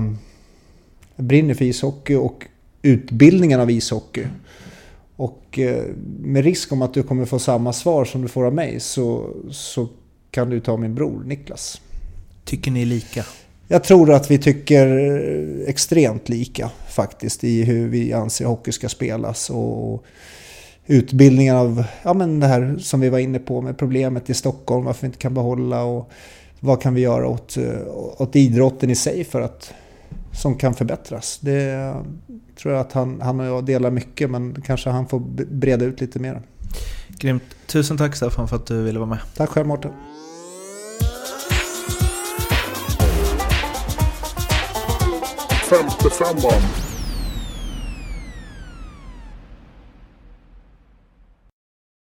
jag brinner för ishockey och utbildningen av ishockey. Och eh, med risk om att du kommer få samma svar som du får av mig, så, så kan du ta min bror Niklas. Tycker ni lika? Jag tror att vi tycker extremt lika faktiskt i hur vi anser hockey ska spelas, och utbildningen av, ja, men det här som vi var inne på med problemet i Stockholm, varför vi inte kan behålla, och vad kan vi göra åt, åt idrotten i sig för att, som kan förbättras. Det tror jag att han, han och jag delar mycket, men kanske han får breda ut lite mer. Grymt. Tusen tack Staffan för att du ville vara med. Tack själv Mårten. femtiofem